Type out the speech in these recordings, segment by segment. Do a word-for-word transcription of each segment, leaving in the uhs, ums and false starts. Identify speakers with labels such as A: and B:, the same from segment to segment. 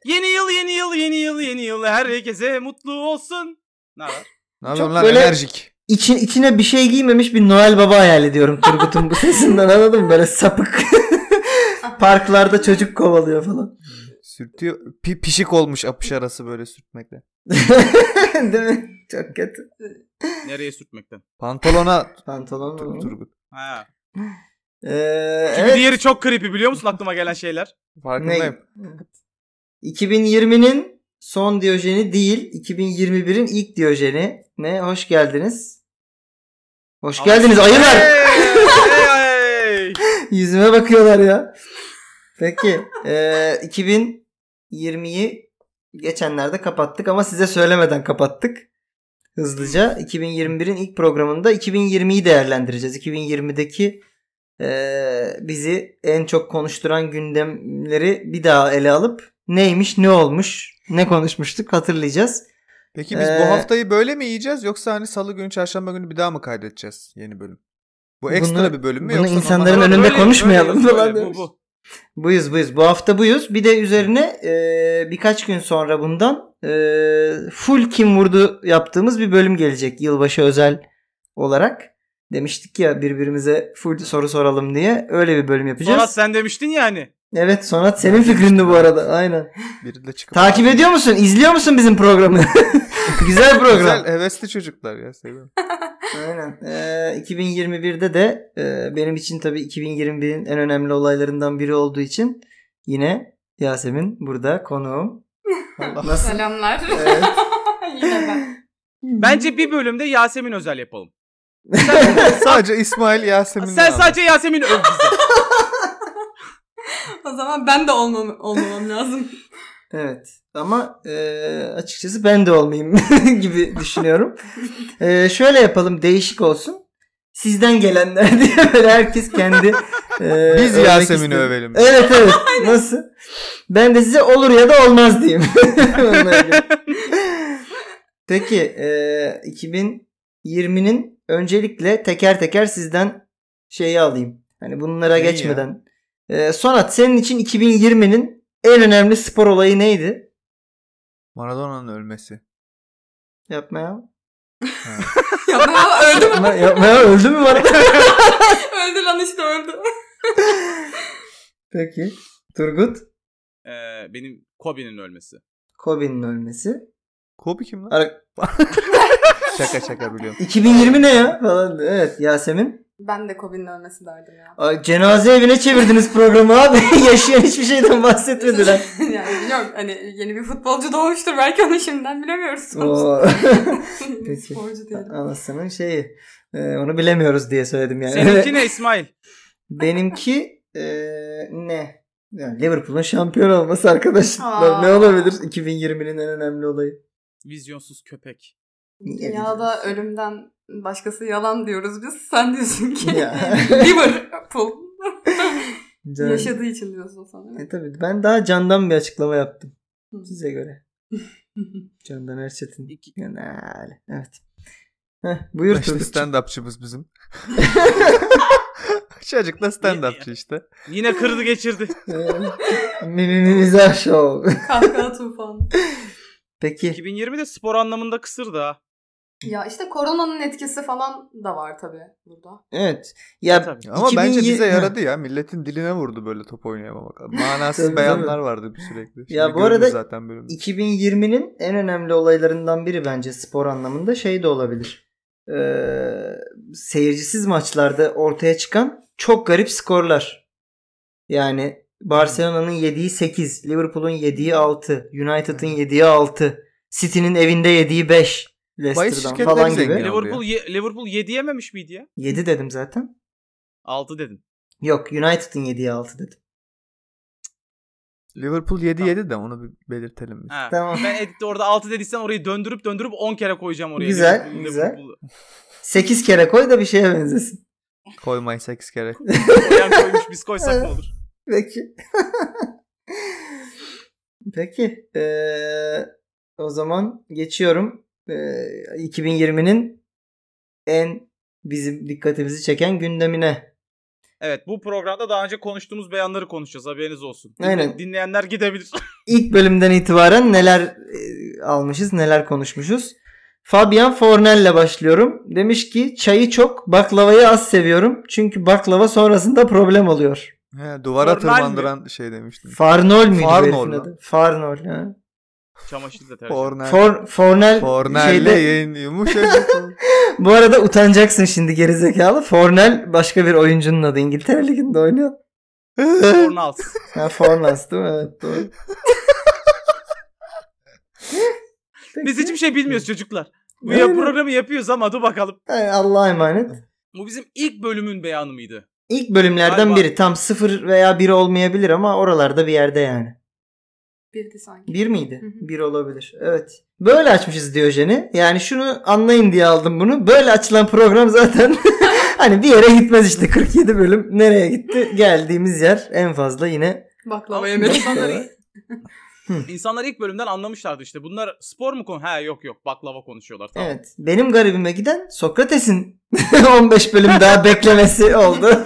A: Yeni yıl, yeni yıl, yeni yıl, yeni yıl. Herkese mutlu olsun. Ne haber?
B: Ne yapıyorsun lan enerjik?
C: İçin, içine bir şey giymemiş bir Noel Baba hayal ediyorum Turgut'un bu sesinden, anladın mı? Böyle sapık. Parklarda çocuk kovalıyor falan.
B: Sürtüyor. P- pişik olmuş apış arası böyle sürtmekle.
C: Değil mi? Çok kötü.
A: Nereye sürtmekten?
B: Pantolona.
C: Pantolon
B: Tur-
C: mu?
B: Turgut.
A: Ha.
C: Ee,
A: Çünkü
C: evet.
A: diğeri çok creepy, biliyor musun aklıma gelen şeyler?
B: Farkındayım.
C: iki bin yirminin son Diyojeni değil, iki bin yirmi birin ilk Diyojeni. Ne? Hoş geldiniz. Hoş
A: Ama-
C: geldiniz ayılar.
A: Hey, hey, hey.
C: Yüzüme bakıyorlar ya. Peki. E, iki bin yirmiyi geçenlerde kapattık ama size söylemeden kapattık. Hızlıca. iki bin yirmi birin ilk programında iki bin yirmiyi değerlendireceğiz. iki bin yirmideki e, bizi en çok konuşturan gündemleri bir daha ele alıp neymiş, ne olmuş, ne konuşmuştuk hatırlayacağız.
B: Peki biz
C: Ee,
B: bu haftayı böyle mi yiyeceğiz yoksa hani salı günü çarşamba günü bir daha mı kaydedeceğiz yeni bölüm? Bu ekstra
C: Bunu-
B: bir bölüm mü
C: bunu
B: yoksa
C: insanların
B: normal-
C: önünde
A: Böyle,
C: konuşmayalım
A: böyle,
C: falan
A: böyle,
C: demiş.
A: bu, bu.
C: Buyuz buyuz. Bu hafta buyuz. Bir de üzerine e, birkaç gün sonra bundan e, full kim vurdu yaptığımız bir bölüm gelecek. Yılbaşı özel olarak. Demiştik ya birbirimize full soru soralım diye. Öyle bir bölüm yapacağız.
A: Sonat sen demiştin ya hani.
C: Evet Sonat senin fikrindi bu arada. Aynen.
B: Biri de çıkıp
C: Takip ediyor musun? İzliyor musun bizim programı? Güzel program.
B: Güzel hevesli çocuklar ya, seviyorum.
C: Aynen. Ee, iki bin yirmi birde de e, benim için tabii iki bin yirmi birin en önemli olaylarından biri olduğu için yine Yasemin burada konuğum.
B: Allah.
C: Nasıl?
D: Selamlar.
C: Evet.
D: Yine ben.
A: Bence bir bölümde Yasemin özel yapalım.
B: Sadece İsmail Yasemin'le
A: Sen
B: abi.
A: sadece Yasemin öv bize.
D: O zaman ben de olmam, olmamam lazım.
C: Evet. Ama e, açıkçası ben de olmayayım gibi düşünüyorum. E, şöyle yapalım, değişik olsun. Sizden gelenler diye böyle herkes kendi e,
B: Biz
C: övmek
B: Yasemin'i
C: istiyor.
B: övelim.
C: Evet evet. Nasıl? Ben de size olur ya da olmaz diyeyim. Peki e, iki bin yirminin öncelikle teker teker sizden şeyi alayım. Hani bunlara
B: Neyi
C: geçmeden. E, Sonat, senin için iki bin yirminin en önemli spor olayı neydi?
B: Maradona'nın ölmesi.
C: Yapma ya.
B: Ha.
D: Yapma ya, öldü mü?
C: Yapma, yapma ya. Öldü mü var?
D: Öldü lan işte öldü.
C: Peki. Turgut.
A: Ee, benim Kobe'nin ölmesi.
C: Kobe'nin ölmesi.
B: Kobe kim lan?
C: Ara-
B: Şaka şaka biliyorum.
C: iki bin yirmi ne ya? Falan. Evet Yasemin.
D: Ben de Kobe'nin ölmesi derdim ya.
C: Ay, cenaze evine çevirdiniz programı abi. Yaşayan hiçbir şeyden bahsetmediler.
D: Yani yok hani yeni bir futbolcu doğmuştur belki onu şimdiden bilemiyoruz sonuçta.
C: Oo.
D: Yeni bir
C: Peki.
D: sporcu diyelim.
C: Anasının şeyi. Ee, onu bilemiyoruz diye söyledim yani.
A: Seninki ne İsmail?
C: Benimki ee, ne? Yani Liverpool'un şampiyon olması arkadaşlar.
D: Aa.
C: Ne olabilir iki bin yirminin en önemli olayı?
A: Vizyonsuz köpek.
C: Niye
D: Dünyada ölümden başkası yalan diyoruz biz. Sen diyorsun ki
C: Ya.
D: Liverpool.
C: Can-
D: Yaşadığı için diyorsun sana.
C: E, tabii ben daha candan bir açıklama yaptım
D: Hı.
C: size göre. Candan Erçetin.
A: İki-
C: Yani, öyle. Evet. Heh, buyur
B: İşte
C: Turgut.
B: stand-upçımız bizim. Çocuk da stand-upçı işte.
A: Yine kırdı geçirdi.
C: Mimi mizah show.
D: Kahkaha tufanı.
C: Peki.
A: iki bin yirmide spor anlamında kısırdı ha.
D: Ya işte koronanın etkisi falan da var tabii burada.
C: Evet. Ya
A: Tabii.
B: Ama
C: iki bin
B: bence
C: yirmi
B: bize yaradı ya. Milletin diline vurdu böyle top oynayamamak. Manasız
C: Tabii,
B: beyanlar
C: tabii.
B: vardı bir sürekli. Şimdi
C: Ya bu
B: gördünüz
C: arada
B: zaten bölümde.
C: iki bin yirminin en önemli olaylarından biri bence spor anlamında şey de olabilir. Ee, seyircisiz maçlarda ortaya çıkan çok garip skorlar. Yani Barcelona'nın yediği sekiz, Liverpool'un yediği altı, United'ın yediği altı, City'nin evinde yediği beş, Leicester'dan
B: şirketleri
C: falan
B: zengin
C: gibi.
B: ya.
A: Liverpool ye- Liverpool yedi yememiş miydi ya?
C: yedi dedim zaten.
A: altı dedin.
C: Yok, United'ın yediği altı dedim.
B: Liverpool yedi yedi de onu bir belirtelim biz.
A: Ha.
C: Tamam.
A: Ben editte orada altı dediysen orayı döndürüp döndürüp on kere koyacağım oraya.
C: Güzel,
A: Liverpool,
C: güzel.
A: Liverpool.
C: sekiz kere koy da bir şeye benzesin.
B: Koymayı sekiz kere.
A: Koyan koymuş, biz koysak ne olur?
C: Peki. Peki. Ee, o zaman geçiyorum. Ee, iki bin yirminin en bizim dikkatimizi çeken gündemine.
A: Evet, bu programda daha önce konuştuğumuz beyanları konuşacağız, haberiniz olsun.
C: Aynen.
A: Dinleyenler gidebilir.
C: İlk bölümden itibaren neler e, almışız, neler konuşmuşuz. Fabian Fornel'le başlıyorum. Demiş ki çayı çok, baklavayı az seviyorum. Çünkü baklava sonrasında problem oluyor.
B: He, duvara
A: Fornal
B: tırmandıran şey demiştim.
C: Farnol müydü
B: Farnol
C: herifin
B: lan.
C: adı? Farnol. Ha.
A: Çamaşır deterjanı.
B: Fornal.
C: For, Fornel
B: Fornal'le
C: şeyde...
B: yayın yumuşacık oldu.
C: Bu arada utanacaksın şimdi gerizekalı. Fornel başka bir oyuncunun adı. İngiltere Ligi'nde oynuyor.
A: Fornals.
C: Ha, Fornals değil mi? Evet, doğru.
A: Biz hiçbir şey bilmiyoruz çocuklar. Bu
C: Aynen.
A: ya programı yapıyoruz ama dur bakalım.
C: Ay, Allah'a emanet.
A: Bu bizim ilk bölümün beyanı mıydı?
C: İlk bölümlerden
A: Galiba-
C: biri. Tam sıfır veya bir olmayabilir ama oralarda bir yerde yani.
D: Birdi sanki.
C: Bir miydi?
D: Hı hı.
C: Bir olabilir. Evet. Böyle açmışız Diyojen'i. Yani şunu anlayın diye aldım bunu. Böyle açılan program zaten hani bir yere gitmez işte. kırk yedi bölüm nereye gitti? Geldiğimiz yer en fazla yine.
D: Baklava yemek.
A: İnsanlar, İnsanlar ilk bölümden anlamışlardı işte. Bunlar spor mu konu? Ha yok yok, baklava konuşuyorlar. Tamam.
C: Evet. Benim garibime giden Sokrates'in on beş bölüm daha beklemesi oldu.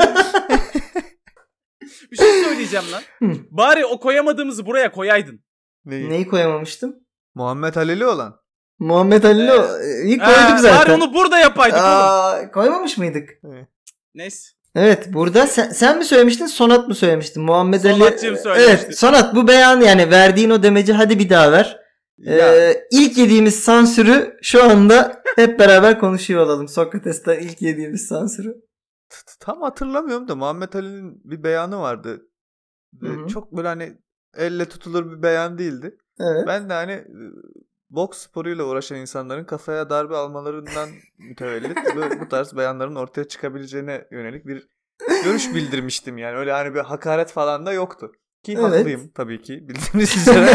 A: Bir şey söyleyeceğim lan.
C: Hı.
A: Bari o koyamadığımızı buraya koyaydın.
B: Neyi?
C: Neyi koyamamıştım?
B: Muhammed Halil'i olan.
C: Muhammed Ali'li o- iyi koyduk
A: Ha,
C: zaten.
A: Bari onu burada yapaydık oğlum.
C: Aa, koymamış mıydık?
A: Neyse.
C: Evet, burada sen, sen mi söylemiştin, Sonat mı söylemiştin? Muhammed Ali.
A: Sonatçığım söylemişti.
C: Evet, Sonat bu beyan yani verdiğin o demeci hadi bir daha ver.
B: Ya,
C: Ee, ilk yediğimiz sansürü şu anda hep beraber konuşuyor olalım. Sokrates'ten ilk yediğimiz sansürü.
B: tam hatırlamıyorum da Muhammed Ali'nin bir beyanı vardı.
C: Hı hı.
B: Çok böyle hani elle tutulur bir beyan değildi.
C: Evet.
B: Ben de hani e, boks sporuyla uğraşan insanların kafaya darbe almalarından mütevellit böyle bu tarz beyanların ortaya çıkabileceğine yönelik bir görüş bildirmiştim yani. Öyle hani bir hakaret falan da yoktu. Ki
C: Evet.
B: haklıyım tabii ki bildiğiniz üzere.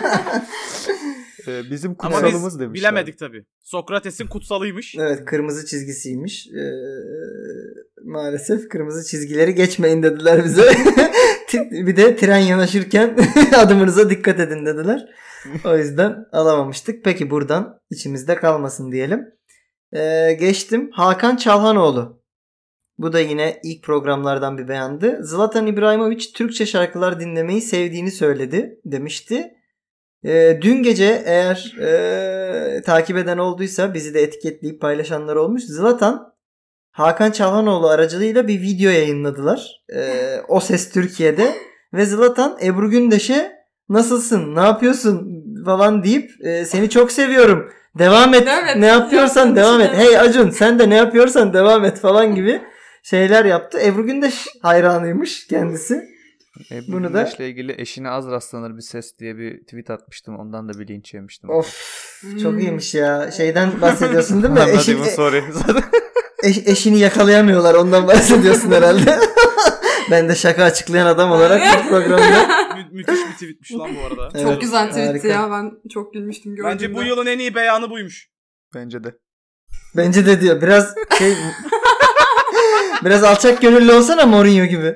B: Ee, bizim
A: Ama
B: kutsalımız
A: biz
B: demişler.
A: bilemedik tabii. Sokrates'in kutsalıymış.
C: Evet, kırmızı çizgisiymiş. Ee, maalesef kırmızı çizgileri geçmeyin dediler bize. Bir de tren yanaşırken adımınıza dikkat edin dediler. O yüzden alamamıştık. Peki buradan içimizde kalmasın diyelim. Ee, geçtim. Hakan Çalhanoğlu. Bu da yine ilk programlardan bir beyandı. Zlatan İbrahimovic Türkçe şarkılar dinlemeyi sevdiğini söyledi demişti. Ee, dün gece eğer e, takip eden olduysa bizi de etiketleyip paylaşanlar olmuş. Zlatan Hakan Çalhanoğlu aracılığıyla bir video yayınladılar. Ee, O Ses Türkiye'de. Ve Zlatan Ebru Gündeş'e nasılsın, ne yapıyorsun falan deyip e, seni çok seviyorum. Devam et.
D: Devam et.
C: Ne yapıyorsan
D: Yaptığın
C: devam et.
D: işe
C: Hey Acun sen de ne yapıyorsan devam et falan gibi şeyler yaptı. Ebru Gündeş hayranıymış kendisi.
B: Ebru
C: Bunu da-
B: Gündeş'le ilgili eşine az rastlanır bir ses diye bir tweet atmıştım. Ondan da bir linç yemiştim.
C: Of
D: Hmm.
C: çok iyiymiş ya. Şeyden bahsediyorsun değil mi? Eşin,
B: Anladığımı sorry.
C: eş- eşini yakalayamıyorlar. Ondan bahsediyorsun herhalde. Ben de şaka açıklayan adam olarak bu programda.
A: Mü- müthiş bir tweetmiş lan bu arada.
C: Evet,
D: Çok güzel tweetti
C: harika.
D: ya. Ben çok gülmüştüm gördüğümde.
A: Bence bu yılın en iyi beyanı buymuş.
B: Bence de.
C: Bence de diyor. Biraz şey biraz alçak gönüllü olsana Mourinho gibi.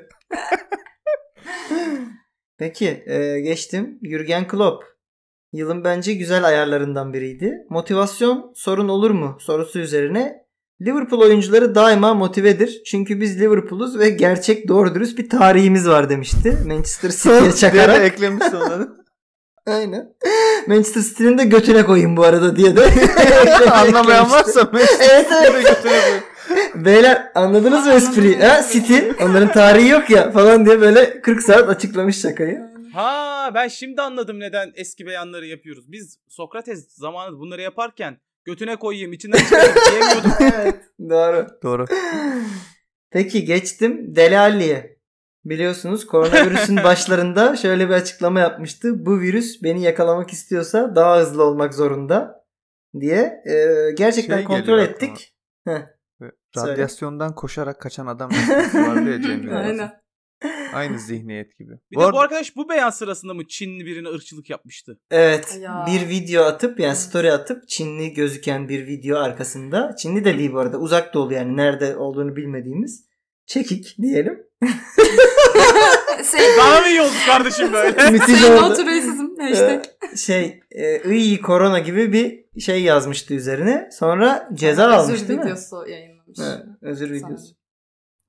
C: Peki e, geçtim. Jürgen Klopp. Yılın bence güzel ayarlarından biriydi. Motivasyon sorun olur mu sorusu üzerine Liverpool oyuncuları daima motivedir. Çünkü biz Liverpool'uz ve gerçek doğru dürüst bir tarihimiz var demişti. Manchester City'ye
B: Diye de
C: çakarak.
B: eklemiş onları.
C: Aynen. Manchester City'nin de götüne koyayım bu arada diye de.
B: Anlamayan varsa
C: Evet evet.
B: Manchester'ı
C: Beyler anladınız mı espriyi? Ha City onların tarihi yok ya falan diye böyle kırk saat açıklamış şakayı.
A: Ha ben şimdi anladım neden eski beyanları yapıyoruz. Biz Sokrates zamanında bunları yaparken götüne koyayım içinden çıkarayım diyemiyorduk.
C: Evet doğru.
B: Doğru.
C: Peki geçtim Dele Alli'ye. Biliyorsunuz koronavirüsün başlarında şöyle bir açıklama yapmıştı. Bu virüs beni yakalamak istiyorsa daha hızlı olmak zorunda diye. Ee, gerçekten
B: Şey
C: kontrol
B: geliyor
C: ettik. Heh. Söyle.
B: Radyasyondan koşarak kaçan adam vardı ya Cem Yılmaz'ın.
D: Aynen.
B: Aynı zihniyet gibi.
A: Bir
B: Bu
A: de
B: arada-
A: bu arkadaş bu beyan sırasında mı Çinli birine ırkçılık yapmıştı?
C: Evet.
D: Ya.
C: Bir video atıp yani story atıp Çinli gözüken bir video arkasında. Çinli de değil bu arada. Uzak Doğulu yani nerede olduğunu bilmediğimiz. Çekik diyelim.
D: Say,
A: Daha mı iyi oldu kardeşim böyle?
C: Müthiş
D: say no
C: oldu.
D: to racism. Hashtag.
C: Şey e, iyi korona gibi bir şey yazmıştı üzerine. Sonra ceza
D: Özür
C: almış değil mi?
D: videosu yayınlamış.
C: Ha, özür
D: Sanırım.
C: videosu.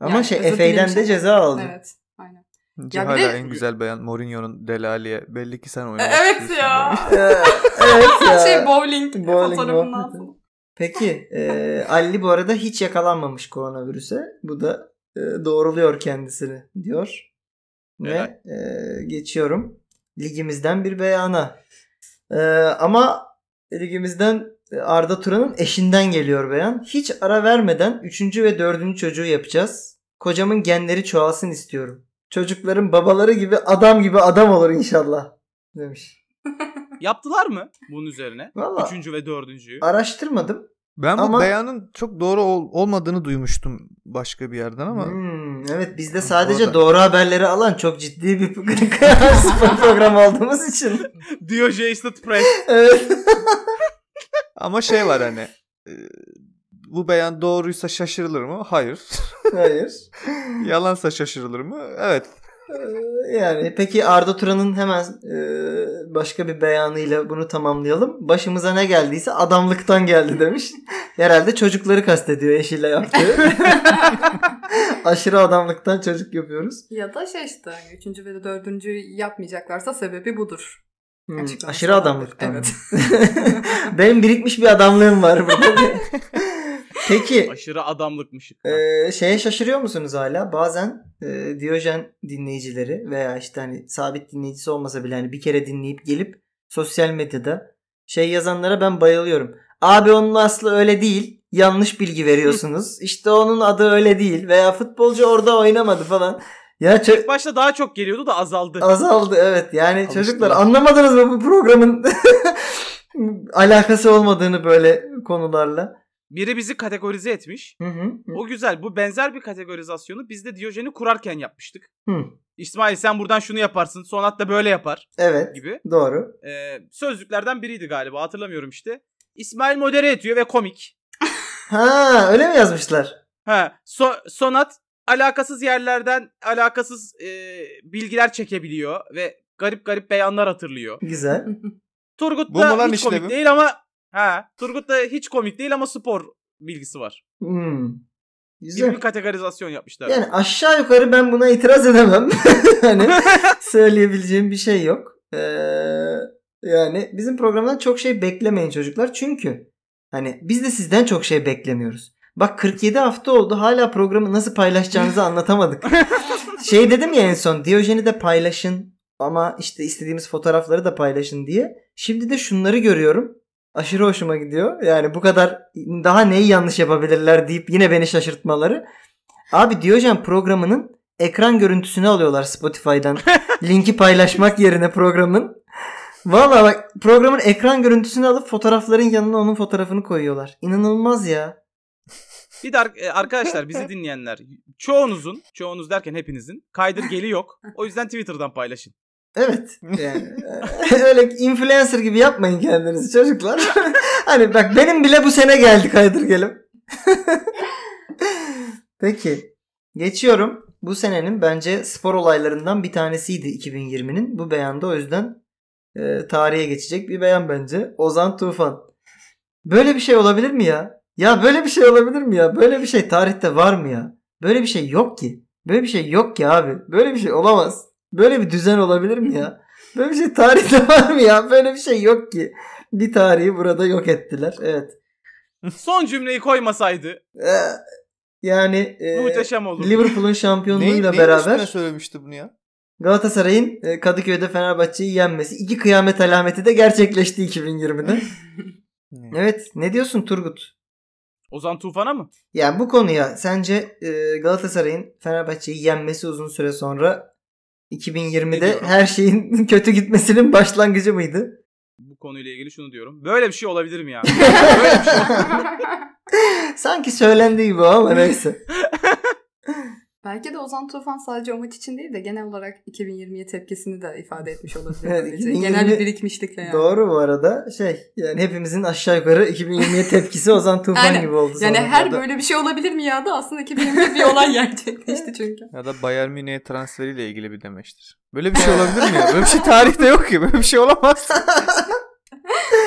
C: Ama
D: Yani
C: şey
D: özür
C: Efe'den
D: dilemiş
C: de
D: ama.
C: ceza aldı.
D: Evet. Aynen.
B: Bence
D: Ya bir
B: hala
D: de-
B: en güzel beyan Mourinho'nun Delali'ye. Belli ki sen
D: E,
B: oynamak
D: evet
B: istiyorsun
D: ya.
B: demiş.
C: Ee, evet ya.
D: Şey bowling,
C: Bowling
D: fotoğrafından
C: muhabbeti.
D: sonra.
C: Peki e, Ali bu arada hiç yakalanmamış koronavirüse. Bu da e, doğruluyor kendisini diyor.
A: Helal.
C: Ve e, geçiyorum ligimizden bir beyana. E, ama ligimizden Arda Turan'ın eşinden geliyor beyan. Hiç ara vermeden üçüncü ve dördüncü çocuğu yapacağız. Kocamın genleri çoğalsın istiyorum. Çocukların babaları gibi adam gibi adam olur inşallah demiş.
A: Yaptılar mı bunun üzerine?
C: Valla
A: Üçüncü ve dördüncüyü.
C: araştırmadım.
B: Ben bu
C: Ama-
B: beyanın çok doğru ol- olmadığını duymuştum başka bir yerden ama
C: Hmm, evet bizde
B: Ha,
C: sadece
B: orada.
C: doğru haberleri alan çok ciddi bir spor programı olduğumuz için.
A: Diyojeisted Press.
C: Evet.
B: ama şey var hani e, bu beyan doğruysa şaşırılır mı? Hayır.
C: Hayır.
B: Yalansa şaşırılır mı? Evet.
C: Ee, Yani peki Arda Turan'ın hemen e, başka bir beyanıyla bunu tamamlayalım. Başımıza ne geldiyse adamlıktan geldi demiş. Herhalde çocukları kastediyor eşiyle yaptığı. Aşırı adamlıktan çocuk yapıyoruz.
D: Ya da şey işte hani üçüncü ve dördüncüyü yapmayacaklarsa sebebi budur.
C: Hmm,
D: Açıklaması
C: aşırı
D: vardır.
C: adamlıktan.
D: Evet.
C: Benim birikmiş bir adamlığım var burada. Peki
A: Aşırı adamlıkmış.
C: Ee, şeye şaşırıyor musunuz hala? Bazen e, Diyojen dinleyicileri veya işte hani sabit dinleyicisi olmasa bile hani bir kere dinleyip gelip sosyal medyada şey yazanlara ben bayılıyorum. Abi onun aslı öyle değil. Yanlış bilgi veriyorsunuz. İşte onun adı öyle değil veya futbolcu orada oynamadı falan. Ya ço-
A: İlk başta daha çok geliyordu da azaldı.
C: azaldı evet. Yani
B: Alıştılar.
C: çocuklar anlamadınız mı bu programın alakası olmadığını böyle konularla?
A: Biri bizi kategorize etmiş.
C: Hı hı.
A: O güzel. Bu benzer bir kategorizasyonu biz de Diyojen'i kurarken yapmıştık.
C: Hı.
A: İsmail sen buradan şunu yaparsın. Sonat da böyle yapar
C: Evet.
A: gibi.
C: Doğru.
A: Ee, sözlüklerden biriydi galiba. Hatırlamıyorum işte. İsmail modere ediyor ve komik.
C: Ha öyle mi yazmışlar?
A: Ha, so- Sonat alakasız yerlerden alakasız e, bilgiler çekebiliyor ve garip garip beyanlar hatırlıyor.
C: Güzel.
A: Turgut
B: Bu mu lan
A: da hiç
B: işlevim?
A: komik değil ama ha, Turgut da hiç komik değil ama spor bilgisi var.
C: Hmm.
A: Gibi
C: Güzel.
A: bir kategorizasyon yapmışlar.
C: Yani aşağı yukarı ben buna itiraz edemem. Hani söyleyebileceğim bir şey yok. Ee, yani bizim programdan çok şey beklemeyin çocuklar. Çünkü hani biz de sizden çok şey beklemiyoruz. Bak kırk yedi hafta oldu hala programı nasıl paylaşacağınızı anlatamadık. Şey dedim ya en son Diyojen'i de paylaşın ama işte istediğimiz fotoğrafları da paylaşın diye. Şimdi de şunları görüyorum. Aşırı hoşuma gidiyor. Yani bu kadar daha neyi yanlış yapabilirler deyip yine beni şaşırtmaları. Abi Diyojen programının ekran görüntüsünü alıyorlar Spotify'dan. Linki paylaşmak yerine programın. Valla bak programın ekran görüntüsünü alıp fotoğrafların yanına onun fotoğrafını koyuyorlar. İnanılmaz ya.
A: Bir de ar- e, arkadaşlar bizi dinleyenler çoğunuzun, çoğunuz derken hepinizin kaydır geli yok. O yüzden Twitter'dan paylaşın.
C: Evet. Yani öyle influencer gibi yapmayın kendinizi çocuklar. Hani bak benim bile bu sene geldi kaydırgelim. Peki. Geçiyorum. Bu senenin bence spor olaylarından bir tanesiydi iki bin yirminin. Bu beyanda o yüzden e, tarihe geçecek bir beyan bence. Ozan Tufan. Böyle bir şey olabilir mi ya? Ya böyle bir şey olabilir mi ya? Böyle bir şey tarihte var mı ya? Böyle bir şey yok ki. Böyle bir şey yok ki abi. Böyle bir şey olamaz. Böyle bir düzen olabilir mi ya? Böyle bir şey tarihte var mı ya? Böyle bir şey yok ki. Bir tarihi burada yok ettiler. Evet.
A: Son cümleyi koymasaydı
C: Ee, yani e,
A: muhteşem olurdu.
C: Liverpool'un
B: Neyin,
C: şampiyonluğuyla
B: neyin üstüne
C: beraber
B: söylemişti bunu ya?
C: Galatasaray'ın e, Kadıköy'de Fenerbahçe'yi yenmesi. İki kıyamet alameti de gerçekleşti iki bin yirmide. Evet. Ne diyorsun Turgut?
A: Ozan Tufan'a mı?
C: Yani bu konuya sence e, Galatasaray'ın Fenerbahçe'yi yenmesi uzun süre sonra iki bin yirmide
A: diyorum?
C: her şeyin kötü gitmesinin başlangıcı mıydı?
A: Bu konuyla ilgili şunu diyorum. Böyle bir şey olabilir mi ya? Böyle bir şey.
C: Sanki söylendiği gibi ama neyse.
D: Belki de Ozan Tufan sadece o maç için değil de genel olarak iki bin yirmiye tepkisini de ifade etmiş olabilir.
C: Evet,
D: böylece.
C: iki bin yirmi
D: Genel bir birikmişlikle yani.
C: Doğru bu arada. Şey yani hepimizin aşağı yukarı iki bin yirmiye tepkisi Ozan Tufan
D: Aynen.
C: gibi oldu.
D: Yani
C: son
D: her
C: noktada.
D: böyle bir şey olabilir mi ya da aslında iki bin yirmi bir olay gerçekleşti çünkü.
B: Ya da Bayern Münih'e transferiyle ilgili bir demeçtir. Böyle bir şey olabilir mi ya? Böyle bir şey tarihte yok ki. Böyle bir şey olamaz.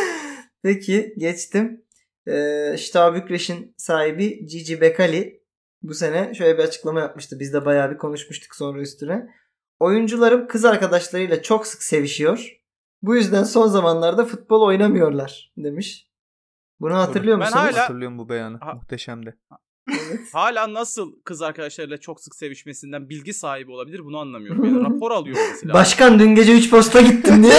C: Peki geçtim. Ee, Steaua Bükreş'in sahibi Cici Bekali bu sene şöyle bir açıklama yapmıştı. Biz de bayağı bir konuşmuştuk sonra üstüne. Oyuncularım kız arkadaşlarıyla çok sık sevişiyor. Bu yüzden son zamanlarda futbol oynamıyorlar demiş. Bunu hatırlıyor
A: Ben
C: musunuz?
A: hala-
B: Hatırlıyorum bu beyanı.
A: Ha-
B: Muhteşemdi.
C: Evet.
A: Hala nasıl kız arkadaşlarıyla çok sık sevişmesinden bilgi sahibi olabilir bunu anlamıyorum. Yani rapor alıyor mesela.
C: Başkan dün gece üç posta gittim diye.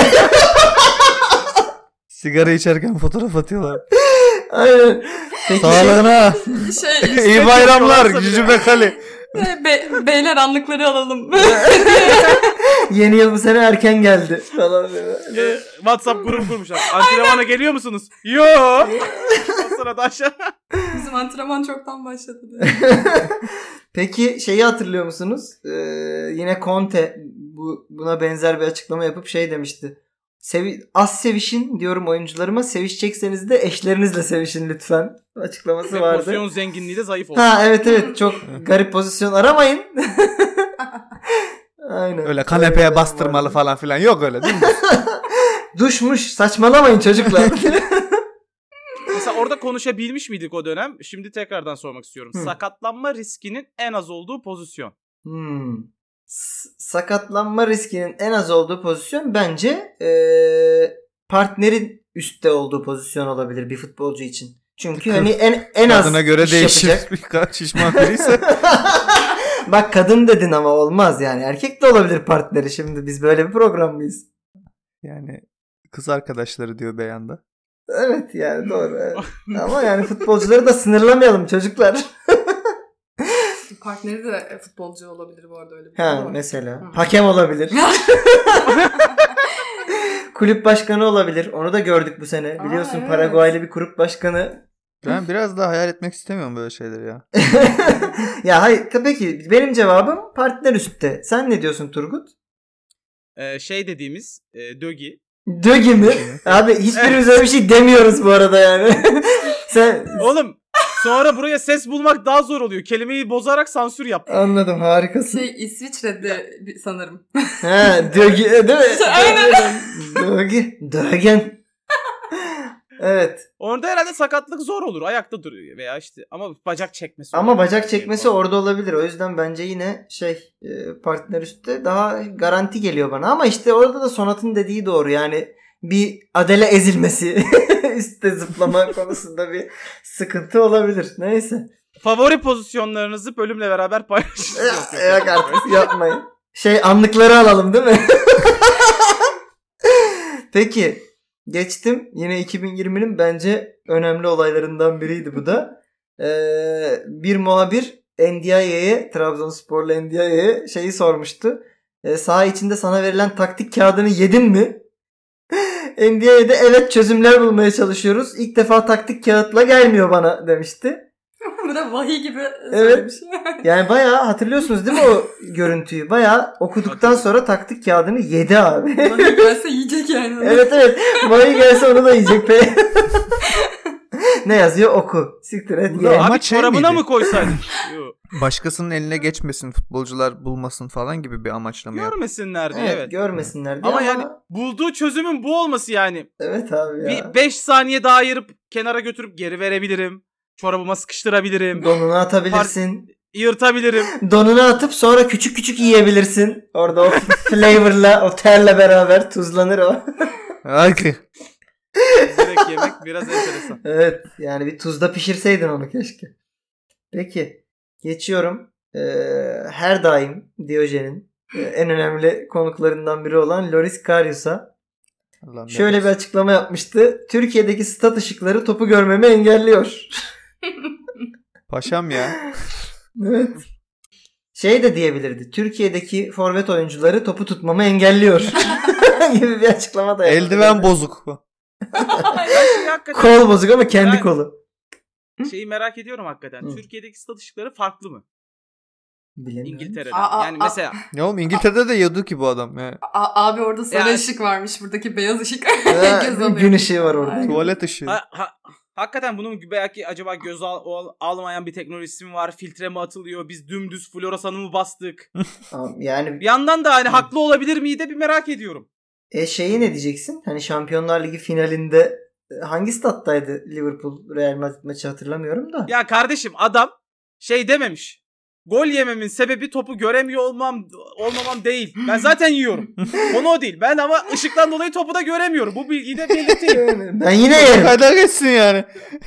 B: Sigara içerken fotoğraf atıyorlar.
C: Aynen. Peki
B: Sağlığına.
D: Şey,
B: İyi bayramlar.
A: yapıyorlarsa bile.
B: Cücübe Kali.
D: be- beyler anlıkları alalım.
C: yeni yıl bu sene erken geldi falan.
A: Ee, WhatsApp grubu kurmuşlar. Antrenmana geliyor musunuz? Yo. O sırada aşağı.
D: Bizim antrenman çoktan başladı. diye.
C: Peki şeyi hatırlıyor musunuz? Ee, yine Conte bu, buna benzer bir açıklama yapıp şey demişti. Sevi az sevişin diyorum oyuncularıma. Sevişecekseniz de eşlerinizle sevişin lütfen. Açıklaması
A: Ve
C: vardı.
A: pozisyon zenginliği de zayıf oldu.
C: Ha evet evet çok garip pozisyon aramayın. Aynen.
B: Öyle kanepeye
C: Öyle
B: bastırmalı
C: vardı.
B: falan filan. Yok öyle değil mi?
C: Duşmuş saçmalamayın çocuklar.
A: Mesela orada konuşabilmiş miydik o dönem? Şimdi tekrardan sormak istiyorum.
C: Hı.
A: Sakatlanma riskinin en az olduğu pozisyon.
C: Hmm. S- sakatlanma riskinin en az olduğu pozisyon bence ee, partnerin üstte olduğu pozisyon olabilir bir futbolcu için. Çünkü hani en en az
B: Kadına göre
C: iş
B: değişir.
C: yapacak.
B: Bir kadar şişman biriyse.
C: Bak kadın dedin ama olmaz yani. Erkek de olabilir partneri şimdi. Biz böyle bir program mıyız?
B: Yani kız arkadaşları diyor beyanda.
C: Evet yani doğru. Evet. Ama yani futbolcuları da sınırlamayalım çocuklar.
D: Partneri de futbolcu olabilir bu arada öyle bir
C: Ha
D: şey var.
C: mesela.
D: Hı.
C: Hakem olabilir. Kulüp başkanı olabilir. Onu da gördük bu sene.
D: Aa,
C: Biliyorsun
D: evet.
C: Paraguaylı bir kulüp başkanı.
B: Ben biraz daha hayal etmek istemiyorum böyle şeyleri ya.
C: Ya hayır tabii ki benim cevabım partner üstte. Sen ne diyorsun Turgut?
A: Ee, şey dediğimiz e, dögi.
C: Dögi mi? Abi hiçbirimiz öyle bir şey demiyoruz bu arada yani. Sen
A: Oğlum sonra buraya ses bulmak daha zor oluyor. Kelimeyi bozarak sansür yap.
C: anladım harikasın.
D: Şey İsviçre'de bir- sanırım.
C: Ha dögi değil mi?
D: Aynen.
C: Dögi. Dögen. Evet.
A: Orada herhalde sakatlık zor olur. Ayakta duruyor veya işte ama bacak çekmesi.
C: Ama
A: olur.
C: bacak çekmesi orada olabilir. O yüzden bence yine şey e, partner üstte daha garanti geliyor bana. Ama işte orada da Sonat'ın dediği doğru. Yani bir Adele ezilmesi üstte zıplama konusunda bir sıkıntı olabilir. Neyse.
A: Favori pozisyonlarınızı bölümle beraber paylaşın.
C: Yok artık yapmayın. Şey anlıkları alalım değil mi? Peki. Geçtim. Yine iki bin yirminin bence önemli olaylarından biriydi bu da. Ee, bir muhabir N D I A'ye, Trabzonsporlu N D I A'ye şeyi sormuştu. Ee, saha içinde sana verilen taktik kağıdını yedin mi? N D I A'de evet çözümler bulmaya çalışıyoruz. İlk defa taktik kağıtla gelmiyor bana demişti.
D: Bu da vahiy gibi
C: Evet.
D: söylemiş.
C: Yani bayağı hatırlıyorsunuz değil mi o görüntüyü? Bayağı okuduktan sonra taktik kağıdını yedi abi.
D: Vahiy gelse yiyecek yani.
C: Evet evet. Vahiy gelse onu da yiyecek be. Ne yazıyor? Oku. Siktir et.
B: Bu
C: Ye.
B: da-
A: Abi
B: Amaç şey
A: çorabına
B: miydi?
A: mı koysaydın? Yo.
B: Başkasının eline geçmesin, futbolcular bulmasın falan gibi bir amaçlama yap.
A: Görmesinler diye
C: Evet,
A: evet.
C: görmesinler diye
A: Ama yani bulduğu çözümün bu olması yani.
C: evet abi ya.
A: Bir beş saniye daha ayırıp kenara götürüp geri verebilirim. Çorabıma sıkıştırabilirim.
C: Donunu atabilirsin.
A: Yırtabilirim.
C: Donunu atıp sonra küçük küçük yiyebilirsin. Orada o flavorla, o terle beraber tuzlanır o.
B: Ay,
A: Direkt yemek biraz enteresan.
C: Evet. Yani bir tuzda pişirseydin onu keşke. Peki. Geçiyorum. Ee, her daim Diyojen'in e, en önemli konuklarından biri olan Loris Karius'a
B: Allah'ım
C: şöyle
B: ne
C: bir açıklama yapmıştı. Türkiye'deki stat ışıkları topu görmemi engelliyor.
B: Paşam ya.
C: Evet. Şey de diyebilirdi. Türkiye'deki forvet oyuncuları topu tutmamı engelliyor. gibi bir açıklama da yaptı.
B: Eldiven bozuk.
A: Ben şeyi hakikaten
C: Kol bozuk ama kendi
A: Ben-
C: kolu.
A: şeyi merak ediyorum hakikaten.
C: Hı.
A: Türkiye'deki stat ışıkları farklı mı?
C: Bilemiyorum.
A: İngiltere'de.
D: Aa, aa,
A: yani
D: aa.
A: mesela
B: Ne oğlum İngiltere'de de yiyordu ki bu adam. Ya.
D: A- abi orada sarı
A: Ya-
D: ışık varmış. Buradaki beyaz ışık.
C: Ha,
D: Göz alıyor.
C: gün ışığı var orada.
D: Aynen.
B: Tuvalet ışığı.
A: ha- ha- hakikaten bunun belki acaba göz al- al- almayan bir teknolojisi mi var? Filtre mi atılıyor? Biz dümdüz floresanı mı bastık?
C: Tamam, yani
A: Bir yandan da hani haklı olabilir miydi de bir merak ediyorum.
C: e şeyi ne diyeceksin? Hani Şampiyonlar Ligi finalinde e, hangi stat'taydı Liverpool Real Madrid maçı hatırlamıyorum da.
A: Ya kardeşim adam şey dememiş. Gol yememin sebebi topu göremiyor olmam olmamam değil. Ben zaten yiyorum. Konu o değil. Ben ama ışıktan dolayı topu da göremiyorum. Bu bilgiyi de belirteyim.
C: Ben yine yerim.
B: Kayda geçsin yani.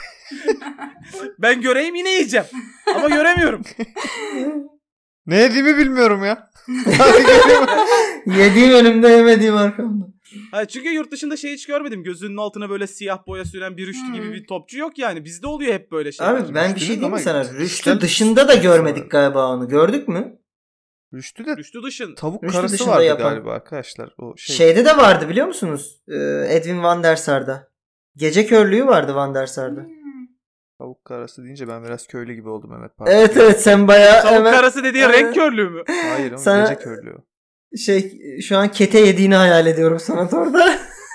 A: Ben göreyim yine yiyeceğim. Ama göremiyorum.
B: Ne yediğimi bilmiyorum ya. Hadi geliyorum.
C: Yediğim önümde, yemediğim arkamda.
A: Ha, çünkü yurt dışında şey hiç görmedim. Gözünün altına böyle siyah boya süren bir Rüştü gibi bir topçu yok yani. Bizde oluyor hep böyle şeyler.
C: Abi ben bir şey diyeyim mi
B: ama
C: sana?
B: güzel-
C: Rüştü dışında da görmedik galiba onu. Gördük mü?
B: Rüştü de
A: Rüştü dışın.
B: tavuk
C: Rüştü
B: karısı
C: dışında
B: vardı
C: yapan-
B: galiba arkadaşlar. O şey.
C: Şeyde de vardı biliyor musunuz? Ee, Edwin van der Sar'da. Gece körlüğü vardı Van der Sar'da.
B: Tavuk karısı deyince ben biraz köylü gibi oldum Mehmet. Pardon.
C: Evet evet sen bayağı
A: Tavuk
C: hemen
A: karası dediği
C: Aynen.
A: renk körlüğü mü?
B: Hayır ama
C: Sana-
B: gece körlüğü.
C: şey şu an kete yediğini hayal ediyorum sanat orada.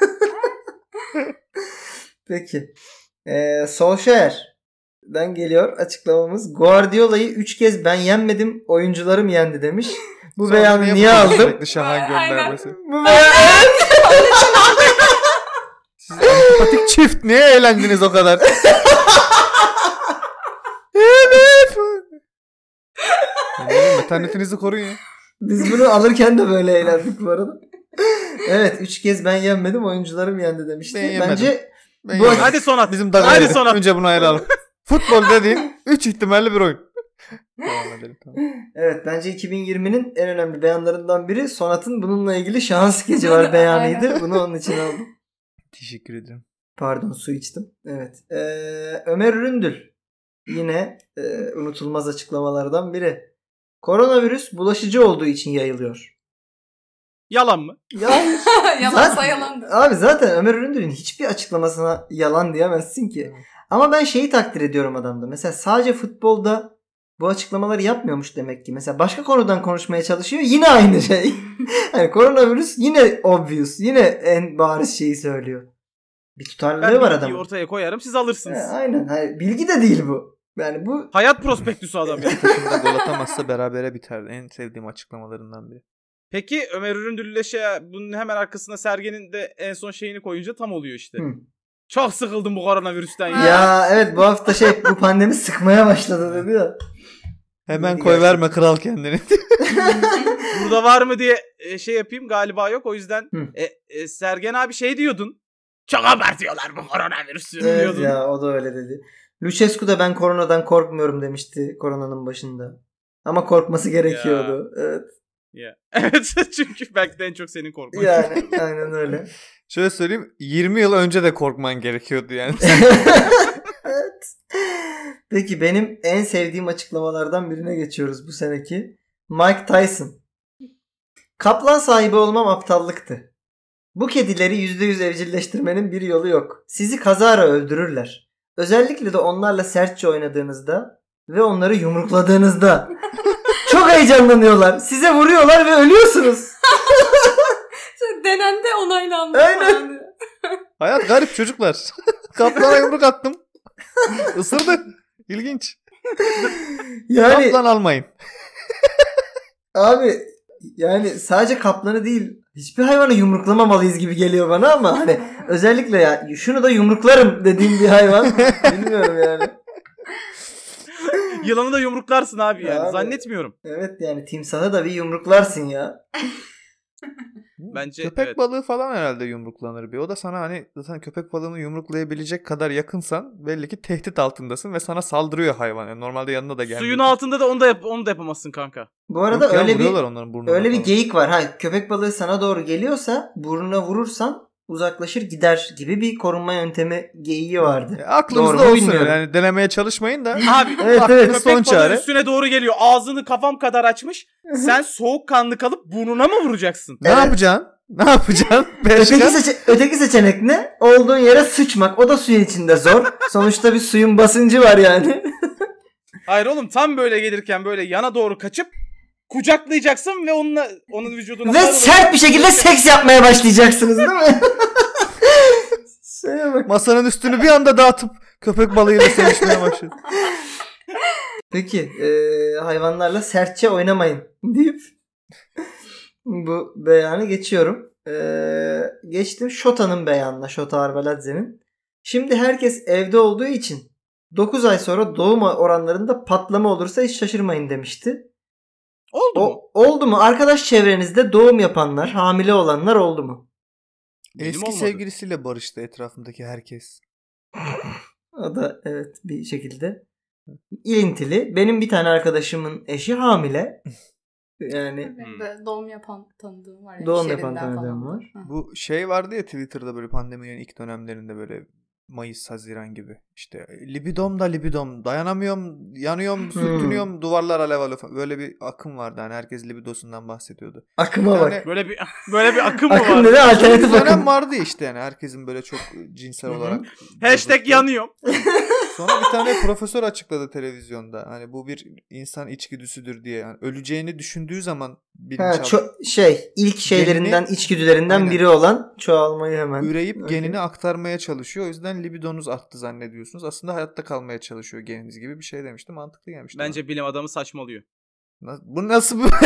C: Peki. Ee, Solskjaer'den geliyor açıklamamız. Guardiola'yı üç kez ben yenmedim, oyuncularım yendi demiş. Bu
B: Sonra
C: beyanı niye
B: bu kadar
C: aldım?
B: Sürekli Şahan
D: Aynen.
B: göndermesi.
C: Bu beyanı...
B: Siz antipatik çift niye eğlendiniz o kadar? Evet. Yani meternetinizi koruyun ya.
C: Biz bunu alırken de böyle eğlendik bu arada. Evet, üç kez ben yenmedim, oyuncularım yendi demişti.
B: Ben yemedim.
C: Bence
B: Ben
C: Bu-
B: yemedim.
A: Hadi Sonat.
B: Bizim
A: Hadi
B: dagaydı.
A: Sonat.
B: Önce bunu ayıralım. Futbol dediğin üç ihtimalli bir oyun. Devam edelim, tamam.
C: evet bence iki bin yirminin en önemli beyanlarından biri Sonat'ın bununla ilgili şans skeci var beyanıydı.
D: Aynen.
C: Bunu onun için aldım.
B: Teşekkür ederim.
C: Pardon, su içtim. Evet. Ee, Ömer Üründül. Yine e, unutulmaz açıklamalardan biri. Koronavirüs bulaşıcı olduğu için yayılıyor.
A: Yalan mı?
C: Ya,
D: Yalansa
C: zaten-
D: yalandı.
C: Abi zaten Ömer Üründül'ün hiçbir açıklamasına yalan diyemezsin ki.
B: Evet.
C: Ama ben şeyi takdir ediyorum adamda. Mesela sadece futbolda bu açıklamaları yapmıyormuş demek ki. Mesela başka konudan konuşmaya çalışıyor. Yine aynı şey. Yani koronavirüs yine obvious. Yine en bariz şeyi söylüyor. Bir tutarlılığı
A: Ben
C: var
A: bilgiyi
C: adamın.
A: ortaya koyarım siz alırsınız.
C: He, aynen. Hayır, bilgi de değil bu. Yani bu
A: Hayat prospektüsü adam ya.
B: Takımda gol atamazsa berabere biterdi. En sevdiğim açıklamalarından biri.
A: Peki Ömer Üründül'le şey bunun hemen arkasına Sergen'in de en son şeyini koyunca tam oluyor işte.
C: Hı.
A: Çok sıkıldım bu koronavirüsten ya.
C: ya evet bu hafta şey bu pandemi sıkmaya başladı dedi ya.
B: Hemen
C: Bilgi
B: koy
C: gerçekten.
B: verme kral kendini.
A: Burada var mı diye e, şey yapayım galiba yok o yüzden
C: Hı.
A: e, e, Sergen abi şey diyordun. Çok abartıyorlar bu koronavirüsü
C: Evet
A: diyordun.
C: ya o da öyle dedi. Lucescu da ben koronadan korkmuyorum demişti koronanın başında. Ama korkması gerekiyordu. Evet.
A: Ya. Evet çünkü belki de en çok senin korkman.
C: Yani aynen öyle.
B: Şöyle söyleyeyim. yirmi yıl önce de korkman gerekiyordu yani.
C: Evet. Peki benim en sevdiğim açıklamalardan birine geçiyoruz bu seneki. Mike Tyson. Kaplan sahibi olmam aptallıktı. Bu kedileri yüzde yüz evcilleştirmenin bir yolu yok. Sizi kazara öldürürler. Özellikle de onlarla sertçe oynadığınızda ve onları yumrukladığınızda. Çok heyecanlanıyorlar. Size vuruyorlar ve ölüyorsunuz.
D: Denendi onaylandı.
C: Aynen.
D: falan.
B: Hayat garip çocuklar. Kaplana yumruk attım. Isırdı. İlginç.
C: Yani
B: Kaplan almayın.
C: abi yani sadece kaplanı değil hiçbir hayvanı yumruklamamalıyız gibi geliyor bana ama hani özellikle ya şunu da yumruklarım dediğim bir hayvan bilmiyorum yani.
A: Yılanı da yumruklarsın abi yani.
C: Abi.
A: Zannetmiyorum.
C: Evet yani timsahı da bir yumruklarsın ya.
A: Bence
B: Köpek
A: evet.
B: balığı falan herhalde yumruklanır bir. O da sana hani zaten köpek balığını yumruklayabilecek kadar yakınsan belli ki tehdit altındasın ve sana saldırıyor hayvan. Yani normalde yanına da gelmiyor.
A: Suyun altında da onu da yap onu da yapamazsın kanka.
C: Bu arada
B: Yok ya,
C: öyle bir
B: vuruyorlar onların burnuna
C: öyle bir
B: falan.
C: geyik var. Ha köpek balığı sana doğru geliyorsa burnuna vurursan uzaklaşır gider gibi bir korunma yöntemi geyiği vardı.
B: E,
C: Doğru
B: aklınızda
C: mu
B: olsun
C: bilmiyorum.
B: yani denemeye çalışmayın da.
A: Abi
C: Evet
A: bak,
C: evet.
A: köpek
B: son
A: balığı
B: çare.
A: üstüne doğru geliyor. Ağzını kafam kadar açmış. Sen soğukkanlı kalıp burnuna mı vuracaksın?
B: Ne
C: Evet.
B: yapacaksın? Ne yapacaksın?
C: Öteki,
B: Başka?
C: seçe- öteki seçenek ne? Olduğun yere sıçmak. O da suyun içinde zor. Sonuçta bir suyun basıncı var yani.
A: Hayır oğlum tam böyle gelirken böyle yana doğru kaçıp kucaklayacaksın ve onunla onun vücuduna
C: Ve sert bir şekilde seks yapmaya başlayacaksınız değil mi? Şeye bak.
B: Masanın üstünü bir anda dağıtıp köpek balığıyla sevişmeye başladı.
C: Peki e, hayvanlarla sertçe oynamayın deyip bu beyanı geçiyorum. E, geçtim Shota'nın beyanına. Shota Arveladze'nin. Şimdi herkes evde olduğu için dokuz ay sonra doğum oranlarında patlama olursa hiç şaşırmayın demişti.
A: Oldu mu?
C: O, oldu mu? Arkadaş çevrenizde doğum yapanlar, hamile olanlar oldu mu?
A: Benim
B: Eski
A: olmadı.
B: sevgilisiyle barıştı etrafındaki herkes.
C: O da evet bir şekilde ilintili. Benim bir tane arkadaşımın eşi hamile. Yani
D: Benim de doğum yapan tanıdığım var. Ya,
C: Doğum
D: iş
C: yapan
D: yerinden
C: tanıdığım
D: falan.
C: var.
D: Hı.
B: Bu şey vardı ya Twitter'da böyle pandeminin ilk dönemlerinde böyle Mayıs, Haziran gibi. İşte libidom da libidom. Dayanamıyorum, yanıyorum, sürtünüyorum, duvarlar alev alev. Böyle bir akım vardı. Hani herkes libidosundan bahsediyordu.
C: akıma
B: Yani-
C: bak.
A: Böyle bir böyle bir akım mı
C: Akım
A: var?
C: dedi, alternatif
B: Bir dönem
C: akım.
B: vardı işte yani herkesin böyle çok cinsel
C: Hı hı.
B: olarak.
A: Hashtag
B: bozuktu.
A: yanıyorum.
B: Sonra bir tane profesör açıkladı televizyonda. Hani bu bir insan içgüdüsüdür diye. Yani öleceğini düşündüğü zaman
C: Ha,
B: bilinçaltı
C: ço- şey ilk şeylerinden
B: Genini-
C: içgüdülerinden
B: Aynen.
C: biri olan çoğalmayı hemen.
B: üreyip
C: Okey.
B: genini aktarmaya çalışıyor. O yüzden libidonuz arttı zannediyorsunuz. Aslında hayatta kalmaya çalışıyor geniniz gibi bir şey demişti. Mantıklı gelmişti.
A: Bence bilim adamı saçmalıyor.
B: bana. Na- Bu nasıl bir...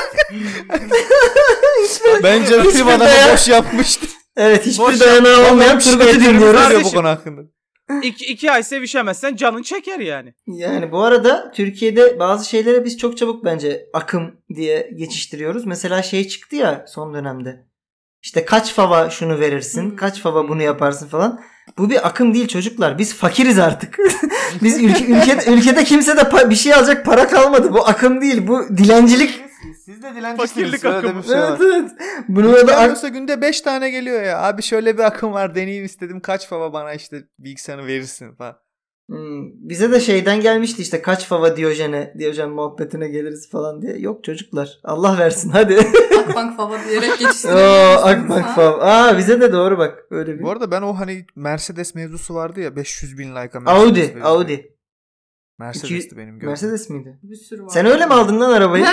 C: Hiçbir-
B: Bence
C: hiçbir
B: film adamı
C: dayan-
B: boş yapmıştı.
C: Evet hiçbir
A: Boş
C: dayanağı olmayan
B: Bir şey
C: Turgut'u
B: dinliyoruz
C: dinliyoruz.
B: ya bu
A: Kardeşim.
B: konu hakkında.
A: İki, iki ay sevişemezsen canın çeker yani.
C: Yani bu arada Türkiye'de bazı şeylere biz çok çabuk bence akım diye geçiştiriyoruz. Mesela şey çıktı ya son dönemde. İşte kaç fava şunu verirsin,
D: Hmm.
C: kaç fava bunu yaparsın falan. Bu bir akım değil çocuklar. Biz fakiriz artık. Biz ülke, ülkede, ülkede kimse de pa- bir şey alacak para kalmadı. Bu akım değil. Bu dilencilik.
B: Siz de
A: Fakirlik akımı.
C: Evet evet. Bunu da ak-
B: Yoksa günde beş tane geliyor ya. Abi şöyle bir akım var deneyeyim istedim. Kaç fava bana işte bilgisayarını verirsin falan.
C: Hmm, bize de şeyden gelmişti işte kaç fava Diyojen'e, Diyojen muhabbetine geliriz falan diye. Yok çocuklar. Allah versin hadi.
D: Akbank falan diyerek
C: Oo,
D: geçiştirebilirsiniz.
C: Akbank
D: ha.
C: fav. Aa bize de doğru bak. Öyle bir.
B: Bu arada ben o hani Mercedes mevzusu vardı ya beş yüz bin like'a Mercedes
C: Audi,
B: verildi.
C: Audi.
B: Mercedes'ti
C: İki-
B: benim gördüğüm.
C: Mercedes miydi?
D: Bir sürü var.
C: Sen öyle mi aldın lan arabayı?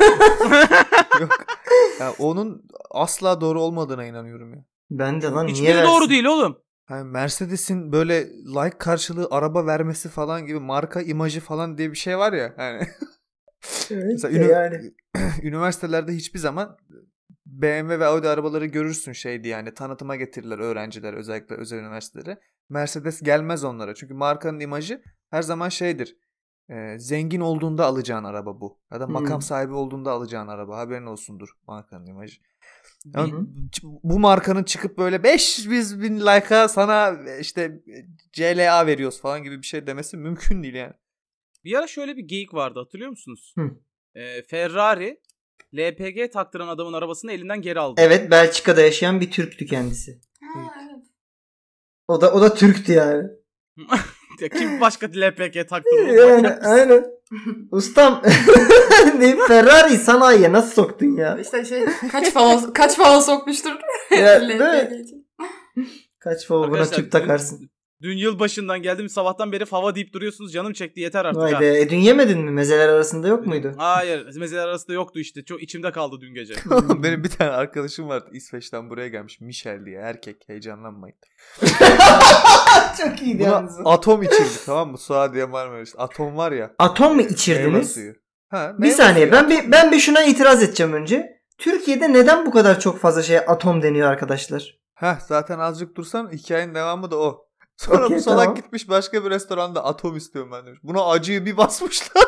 B: Yok. Ya onun asla doğru olmadığına inanıyorum ya.
C: Ben de lan niye
A: Hiçbiri
C: versin?
A: doğru değil oğlum.
B: Hani Mercedes'in böyle like karşılığı araba vermesi falan gibi marka imajı falan diye bir şey var ya. Hani
C: Evet,
B: mesela
C: de
B: ünü-
C: yani.
B: üniversitelerde hiçbir zaman B M W ve Audi arabaları görürsün şeydi yani tanıtıma getirirler öğrenciler özellikle özel üniversitelere. Mercedes gelmez onlara çünkü markanın imajı her zaman şeydir. E, zengin olduğunda alacağın araba bu. Ya da makam
C: Hmm.
B: sahibi olduğunda alacağın araba. Haberin olsundur markanın imajı. Ya
C: Hı hı.
B: bu markanın çıkıp böyle beş yüz bin like'a sana işte C L A veriyoruz falan gibi bir şey demesi mümkün değil yani.
A: Bir ara şöyle bir geyik vardı hatırlıyor musunuz?
C: Hı.
A: Ee, Ferrari L P G taktıran adamın arabasını elinden geri aldı.
C: Evet Belçika'da yaşayan bir Türktü kendisi.
D: Ha, evet.
C: O da o da Türktü yani.
A: Ya kim başka L P G taktırdı? oğlum?
C: Yani
A: Manyak mısın?
C: aynen. Ustam ne Ferrari sanayiye nasıl soktun ya?
D: İşte şey kaç falan kaç falan sokmuştur.
C: Ya,
D: L
C: değil
D: P
C: mi?
D: G için.
C: Kaç fava buna
A: Arkadaşlar,
C: tüp takarsın.
A: Dün, dün yıl başından geldim sabahtan beri fava deyip duruyorsunuz canım çekti yeter artık
C: Vay
A: ha.
C: be. E, dün yemedin mi? Mezeler arasında yok muydu?
A: Hayır mezeler arasında yoktu işte çok içimde kaldı dün gece.
B: Benim bir tane arkadaşım vardı İsveç'ten buraya gelmiş. Michel diye erkek heyecanlanmayın.
C: Çok iyiydi
B: Buna
C: yalnız.
B: atom içirdi tamam mı? Suadiye Marmaris. Atom var ya.
C: Atom mu
B: Meyve
C: içirdiniz?
B: suyu. Ha,
C: Bir
B: meyve
C: saniye
B: suyu.
C: ben bir ben bir şuna itiraz edeceğim önce. Türkiye'de neden bu kadar çok fazla şeye atom deniyor arkadaşlar?
B: Heh, zaten azıcık dursan hikayenin devamı da o. Sonra
C: Okey,
B: bu salak
C: tamam.
B: gitmiş başka bir restoranda atom istiyorum ben demiş. Buna acıyı bir basmışlar.